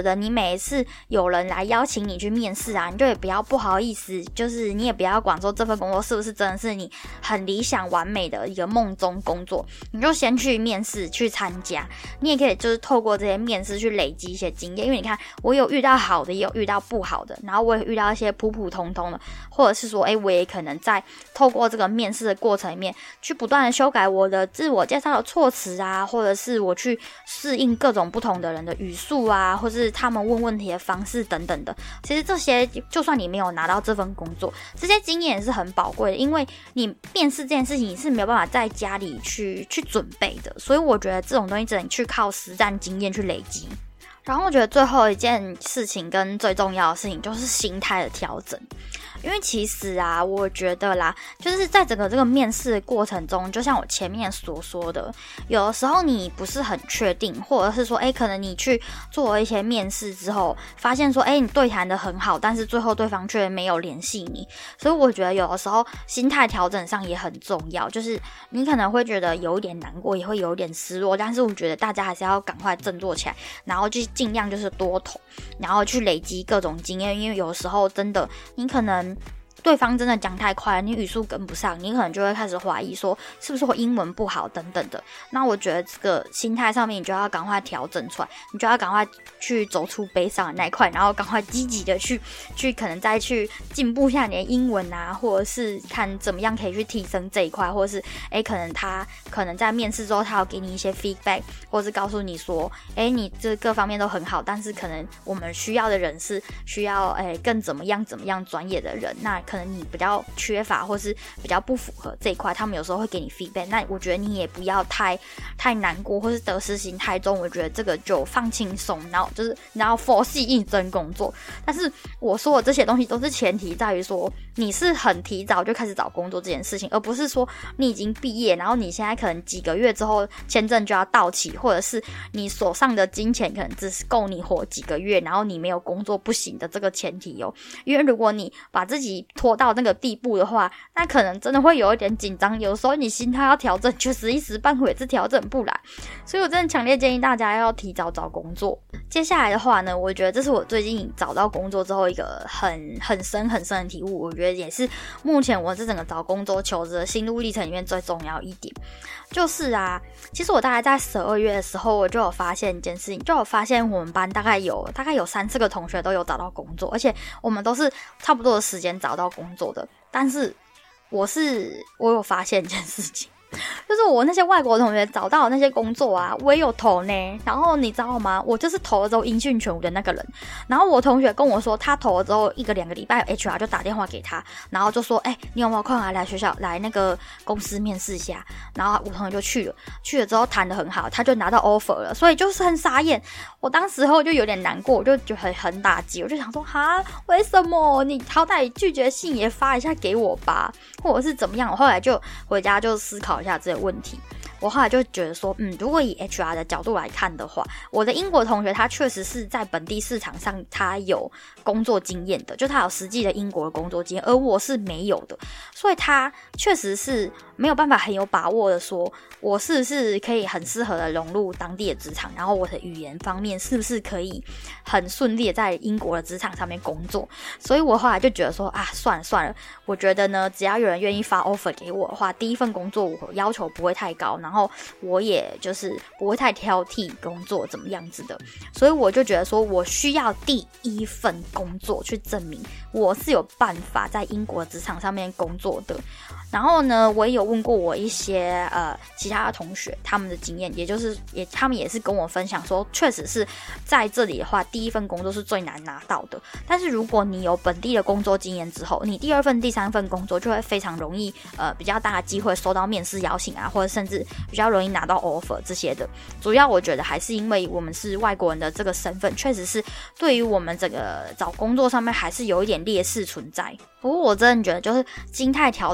得你每一次有人来邀请你去面试啊，你就也不要不好意思，就是你也不要管说这份工作是不是真的是你很理想完美的一个梦中工作，你就先去面试去参加，你也可以就是透过这些面试去累积一些经验，因为你看我有遇到好的也有遇到不好的，然后我也遇到一些普普通通的，或者是说我也可能在透过这个面试的过程里面去不断的修改我的自我介绍的措辞啊，或者是我去适应各种不同的人的语速啊，或是他们问问题的方式等等的。其实这些就算你没有拿到这份工作，这些经验也是很宝贵的，因为你面试这件事情你是没有办法在家里去准备的，所以我觉得这种东西只能去靠实战经验去累积。然后我觉得最后一件事情跟最重要的事情就是心态的调整，因为其实啊，我觉得啦，就是在整个这个面试的过程中，就像我前面所说的，有的时候你不是很确定，或者是说可能你去做了一些面试之后发现说你对谈的很好，但是最后对方却没有联系你，所以我觉得有的时候心态调整上也很重要，就是你可能会觉得有一点难过，也会有一点失落，但是我觉得大家还是要赶快振作起来，然后去尽量就是多投，然后去累积各种经验，因为有时候真的你可能对方真的讲太快了，你语速跟不上，你可能就会开始怀疑说是不是我英文不好等等的。那我觉得这个心态上面你就要赶快调整出来，你就要赶快去走出悲伤的那一块，然后赶快积极的去可能再去进步一下你的英文啊，或者是看怎么样可以去提升这一块，或者是可能他可能在面试之后他要给你一些 feedback， 或者是告诉你说你这各方面都很好，但是可能我们需要的人是需要更怎么样专业的人，那可能你比较缺乏或是比较不符合这一块，他们有时候会给你 feedback， 那我觉得你也不要太难过或是得失心太重，我觉得这个就放轻松，然后佛系应征工作。但是我说的这些东西都是前提在于说你是很提早就开始找工作这件事情，而不是说你已经毕业，然后你现在可能几个月之后签证就要到期，或者是你手上的金钱可能只是够你活几个月，然后你没有工作不行的这个前提哦。因为如果你把自己拖到那个地步的话，那可能真的会有一点紧张，有时候你心态要调整，确实一时半会也是调整不来，所以我真的强烈建议大家要提早找工作。接下来的话呢，我觉得这是我最近找到工作之后一个很深的体悟，我觉得也是目前我这整个找工作求职的心路历程里面最重要一点，就是啊，其实我大概在12月的时候，我就有发现一件事情，就有发现我们班大概有3-4个同学都有找到工作，而且我们都是差不多的时间找到工作的。但是我有发现一件事情，就是我那些外国同学找到的那些工作啊，我也有投呢。然后你知道吗？我就是投了之后音讯全无的那个人。然后我同学跟我说，他投了之后1-2个礼拜 ，HR 就打电话给他，然后就说：“你有没有空来学校来那个公司面试一下？”然后我同学就去了之后谈得很好，他就拿到 offer 了，所以就是很傻眼。我当时候就有点难过，我就觉得很打击，我就想说：“哈，为什么？你好歹拒绝信也发一下给我吧，或者是怎么样？”我后来就回家就思考一下这个问题。我后来就觉得说，如果以 HR 的角度来看的话，我的英国同学他确实是在本地市场上他有工作经验的，就他有实际的英国的工作经验，而我是没有的，所以他确实是没有办法很有把握的说，我是不是可以很适合的融入当地的职场，然后我的语言方面是不是可以很顺利的在英国的职场上面工作。所以我后来就觉得说，算了，我觉得呢，只要有人愿意发 offer 给我的话，第一份工作我要求不会太高，然后我也就是不会太挑剔工作怎么样子的，所以我就觉得说我需要第一份工作去证明我是有办法在英国职场上面工作的。然后呢，我也有问过我一些其他的同学他们的经验，他们也是跟我分享说，确实是在这里的话，第一份工作是最难拿到的。但是如果你有本地的工作经验之后，你第2份、第3份工作就会非常容易比较大的机会收到面试邀请啊，或者甚至比较容易拿到 offer 这些的。主要我觉得还是因为我们是外国人的这个身份，确实是对于我们整个找工作上面还是有一点劣势存在。不过我真的觉得就是心态调整，我觉得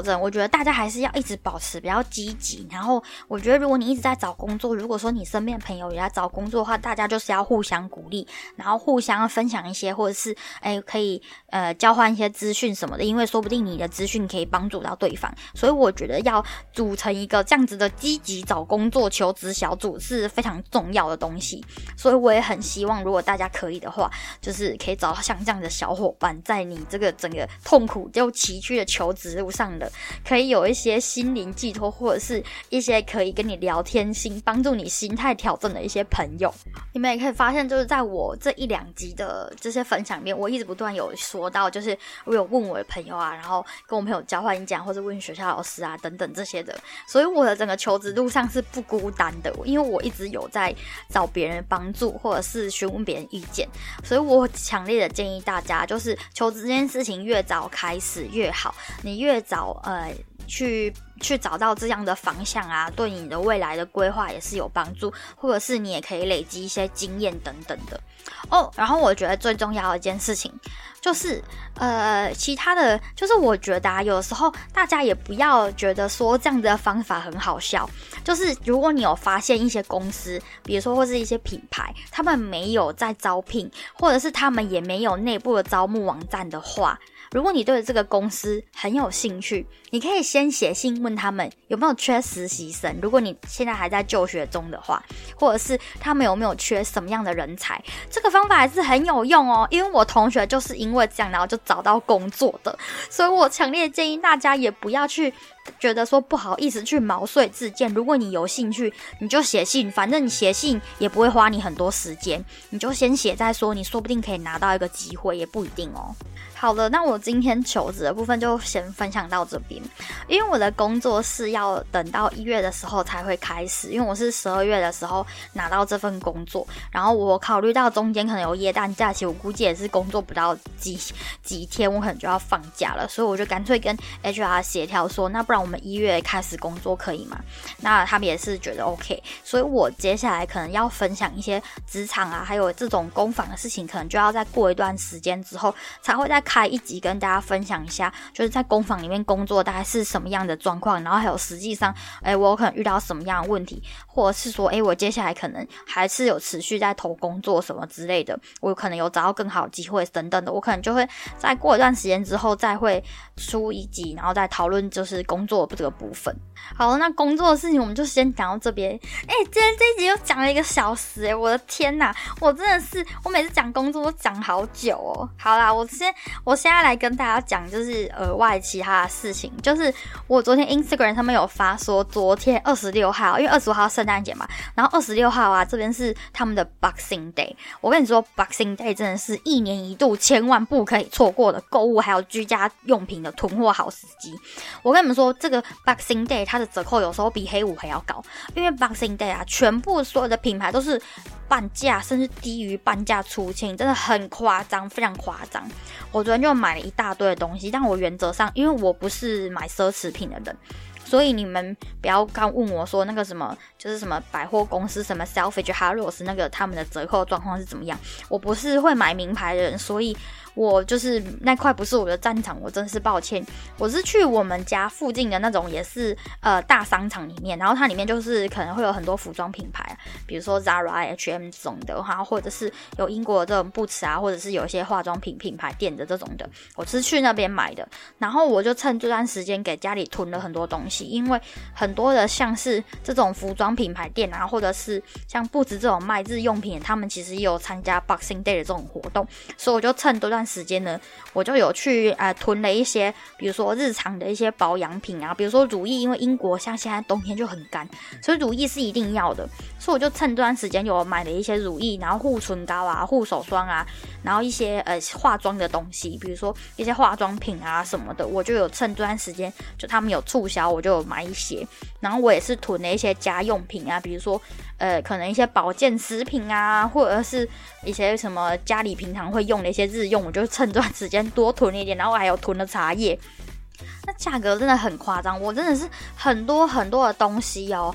得大家还是要一直保持比较积极，然后我觉得如果你一直在找工作，如果说你身边的朋友也在找工作的话，大家就是要互相鼓励，然后互相分享一些，或者是可以交换一些资讯什么的，因为说不定你的资讯可以帮助到对方，所以我觉得要组成一个这样子的积极找工作求职小组是非常重要的东西，所以我也很希望如果大家可以的话，就是可以找到像这样的小伙伴，在你这个整个痛苦又崎岖的求职路上的，可以有一些心灵寄托，或者是一些可以跟你聊天帮助你心态调整的一些朋友。你们也可以发现，就是在我这1-2集的这些分享里面，我一直不断有说到，就是我有问我的朋友啊，然后跟我朋友交换意见，或者问学校老师啊等等这些的，所以我的整个求职路上是不孤单的，因为我一直有在找别人帮助，或者是询问别人意见，所以我强烈的建议大家，就是求职这件事情越早开始越好，你越早去找到这样的方向啊，对你的未来的规划也是有帮助，或者是你也可以累积一些经验等等的然后我觉得最重要的一件事情就是其他的就是我觉得有时候大家也不要觉得说这样的方法很好笑，就是如果你有发现一些公司，比如说或是一些品牌，他们没有在招聘，或者是他们也没有内部的招募网站的话，如果你对这个公司很有兴趣，你可以先写信问他们有没有缺实习生，如果你现在还在就学中的话，或者是他们有没有缺什么样的人才，这个方法还是很有用因为我同学就是因为这样然后就找到工作的，所以我强烈建议大家也不要去觉得说不好意思去毛遂自荐，如果你有兴趣你就写信，反正你写信也不会花你很多时间，你就先写再说，你说不定可以拿到一个机会，也不一定好的，那我今天求职的部分就先分享到这边，因为我的工作是要等到1月的时候才会开始，因为我是12月的时候拿到这份工作，然后我考虑到中间可能有耶诞假期，我估计也是工作不到几天我可能就要放假了，所以我就干脆跟 HR 协调说，那不然我们1月开始工作可以吗？那他们也是觉得 OK， 所以我接下来可能要分享一些职场啊还有这种工坊的事情，可能就要再过一段时间之后才会再开一集跟大家分享一下，就是在工坊里面工作大概是什么样的状况，然后还有实际上我有可能遇到什么样的问题，或者是说我接下来可能还是有持续在投工作什么之类的，我可能有找到更好的机会等等的，我可能就会再过一段时间之后再会出一集，然后再讨论就是工作这个部分。好，那工作的事情我们就先讲到这边。今天这一集又讲了1个小时我的天哪，我真的是我每次讲工作都讲好久好啦，我现在来跟大家讲就是额外其他的事情，就是我昨天 Instagram 上面有发说昨天26号，因为25号圣诞节嘛，然后26号这边是他们的 Boxing Day， 我跟你说 Boxing Day 真的是1年1度千万不可以错过的购物还有居家用品的囤货好时机。我跟你们说这个 Boxing Day 它的折扣有时候比黑五还要高，因为 Boxing Day 全部所有的品牌都是半价甚至低于半价出清，真的很夸张，非常夸张。我昨天就买了一大堆的东西，但我原则上因为我不是买奢侈品的人，所以你们不要刚问我说那个什么就是什么百货公司什么 Selfridges Harrods 那个他们的折扣状况是怎么样，我不是会买名牌的人，所以我就是那块不是我的战场，我真是抱歉。我是去我们家附近的那种也是大商场里面，然后它里面就是可能会有很多服装品牌，比如说 Zara、H&M 这种的，然后或者是有英国的这种 Boots 或者是有一些化妆品牌店的这种的，我是去那边买的。然后我就趁这段时间给家里囤了很多东西，因为很多的像是这种服装品牌店或者是像 Boots 这种卖日用品，他们其实也有参加 Boxing Day 的这种活动，所以我就趁这段时间呢，我就有去囤了一些，比如说日常的一些保养品比如说乳液，因为英国像现在冬天就很干，所以乳液是一定要的，所以我就趁这段时间有买了一些乳液，然后护唇膏护手霜然后一些化妆的东西，比如说一些化妆品什么的，我就有趁这段时间就他们有促销，我就有买一些。然后我也是囤了一些家用品比如说可能一些保健食品或者是一些什么家里平常会用的一些日用，我就趁这段时间多囤一点，然后我还有囤了茶叶。那价格真的很夸张，我真的是很多很多的东西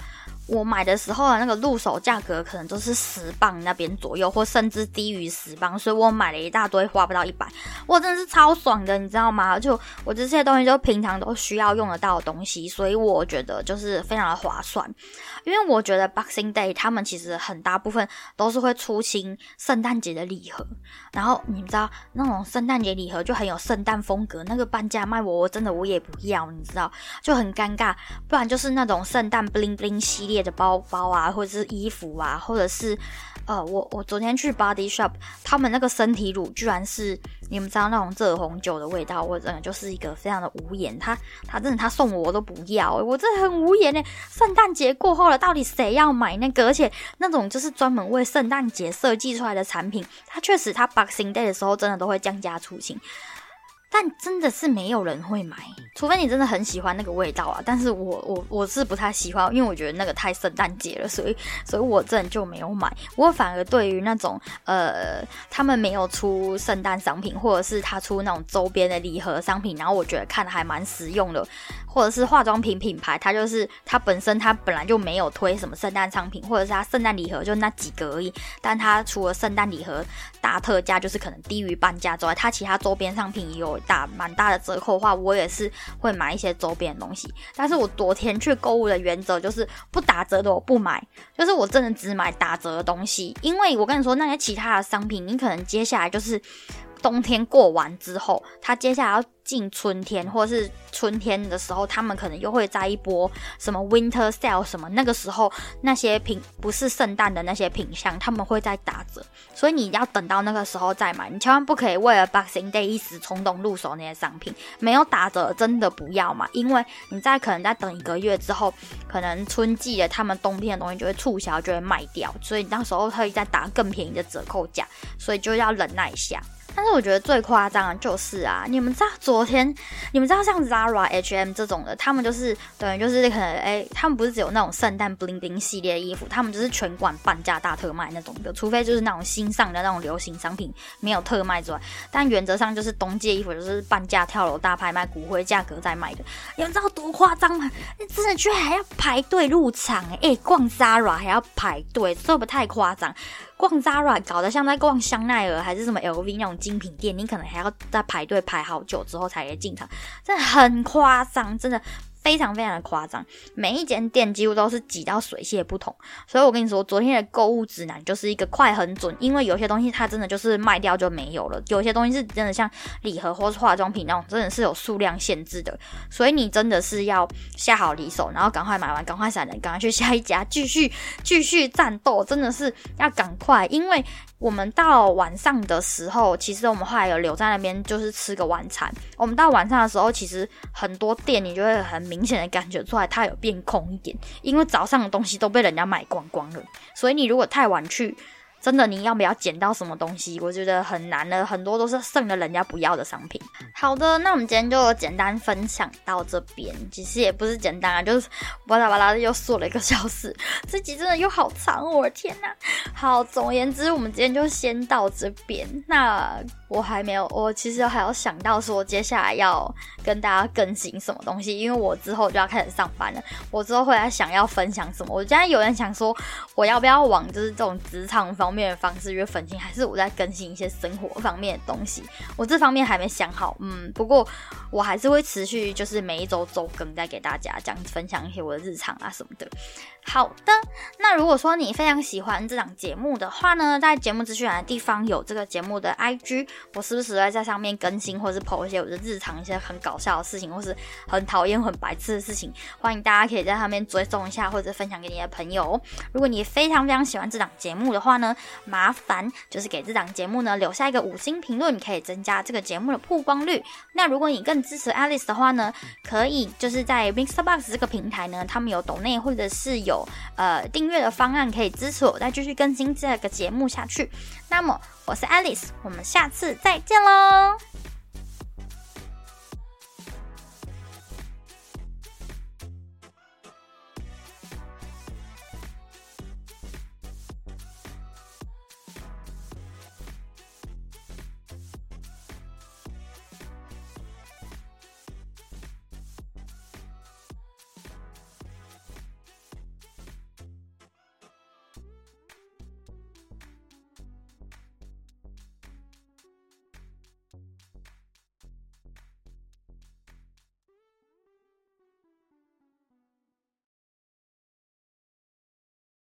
我买的时候的那个入手价格可能都是10磅那边左右，或甚至低于10磅，所以我买了一大堆，花不到100，我真的是超爽的，你知道吗？就我这些东西就平常都需要用得到的东西，所以我觉得就是非常的划算。因为我觉得 Boxing Day 他们其实很大部分都是会出清圣诞节的礼盒，然后你知道那种圣诞节礼盒就很有圣诞风格，那个半价卖我真的我也不要，你知道就很尴尬。不然就是那种圣诞 bling bling 系列的包包啊，或者是衣服啊，或者是我昨天去 Body Shop， 他们那个身体乳居然是你们知道那种热红酒的味道，我真的就是一个非常的无言。他真的他送我都不要，我真的很无言耶。圣诞节过后了，到底谁要买那个？而且那种就是专门为圣诞节设计出来的产品，它确实它 Boxing Day 的时候真的都会降价出清，但真的是没有人会买，除非你真的很喜欢那个味道啊。但是我是不太喜欢，因为我觉得那个太圣诞节了，所以我真的就没有买。我反而对于那种他们没有出圣诞商品，或者是他出那种周边的礼盒商品，然后我觉得看的还蛮实用的，或者是化妆品品牌，它本来就没有推什么圣诞商品，或者是它圣诞礼盒就那几个而已，但它除了圣诞礼盒大特价，就是可能低于半价之外，它其他周边商品也有蛮大的折扣的话，我也是会买一些周边的东西。但是我昨天去购物的原则就是不打折的我不买，就是我真的只买打折的东西，因为我跟你说那些其他的商品，你可能接下来就是冬天过完之后，它接下来要进春天或是春天的时候，他们可能又会在一波什么 winter sale 什么，那个时候那些不是圣诞的那些品项他们会再打折，所以你要等到那个时候再买，你千万不可以为了 Boxing Day 一时冲动入手那些商品，没有打折真的不要嘛，因为你可能再等1个月之后，可能春季的他们冬天的东西就会促销，就会卖掉，所以你到时候会再打更便宜的折扣价，所以就要忍耐一下。但是我觉得最夸张的就是啊，你们知道像 Zara、H&M 这种的，他们就是等于就是可能他们不是只有那种圣诞 bling bling 系列的衣服，他们就是全馆半价大特卖那种的，除非就是那种新上的那种流行商品没有特卖之外，但原则上就是冬季衣服就是半价跳楼大拍卖，骨灰价格在卖的。你们知道多夸张吗？真的居然还要排队入场逛 Zara 还要排队，这不太夸张？逛 Zara 搞得像在逛香奈儿还是什么 LV 那种精品店，你可能还要在排队排好久之后才可以进场，真的很夸张，真的非常非常的夸张，每一间店几乎都是挤到水泄不通。所以我跟你说，昨天的购物指南就是一个快很准，因为有些东西它真的就是卖掉就没有了，有些东西是真的像礼盒或是化妆品那种真的是有数量限制的，所以你真的是要下好离手，然后赶快买完，赶快闪人，赶快去下一家继续战斗，真的是要赶快。因为我们到晚上的时候，其实我们后来有留在那边就是吃个晚餐，我们到晚上的时候其实很多店你就会很明显的感觉出来它有变空一点，因为早上的东西都被人家买光光了，所以你如果太晚去，真的你要不要捡到什么东西我觉得很难了，很多都是剩了人家不要的商品。好的，那我们今天就简单分享到这边，其实也不是简单啊，就是巴拉巴拉的又说了1个小时，这集真的又好长，我的天哪。好，总而言之我们今天就先到这边。那我其实还要想到说接下来要跟大家更新什么东西，因为我之后就要开始上班了，我之后会来想要分享什么。我现在有人想说我要不要往就是这种职场方面的方式去分析，还是我在更新一些生活方面的东西，我这方面还没想好。不过我还是会持续就是每一周周更，再给大家这样分享一些我的日常啊什么的。好的，那如果说你非常喜欢这档节目的话呢，在节目资讯栏的地方有这个节目的 IG， 我时不时会在上面更新，或是 po 一些我的日常一些很搞笑的事情，或是很讨厌很白痴的事情，欢迎大家可以在上面追踪一下，或者分享给你的朋友。如果你非常非常喜欢这档节目的话呢，麻烦就是给这档节目呢留下一个5星评论，可以增加这个节目的曝光率。那如果你更支持 Alice 的话呢，可以就是在 MixerBox 这个平台呢，他们有抖内或者是有订阅的方案可以支持我再继续更新这个节目下去。那么我是 Alice， 我们下次再见咯。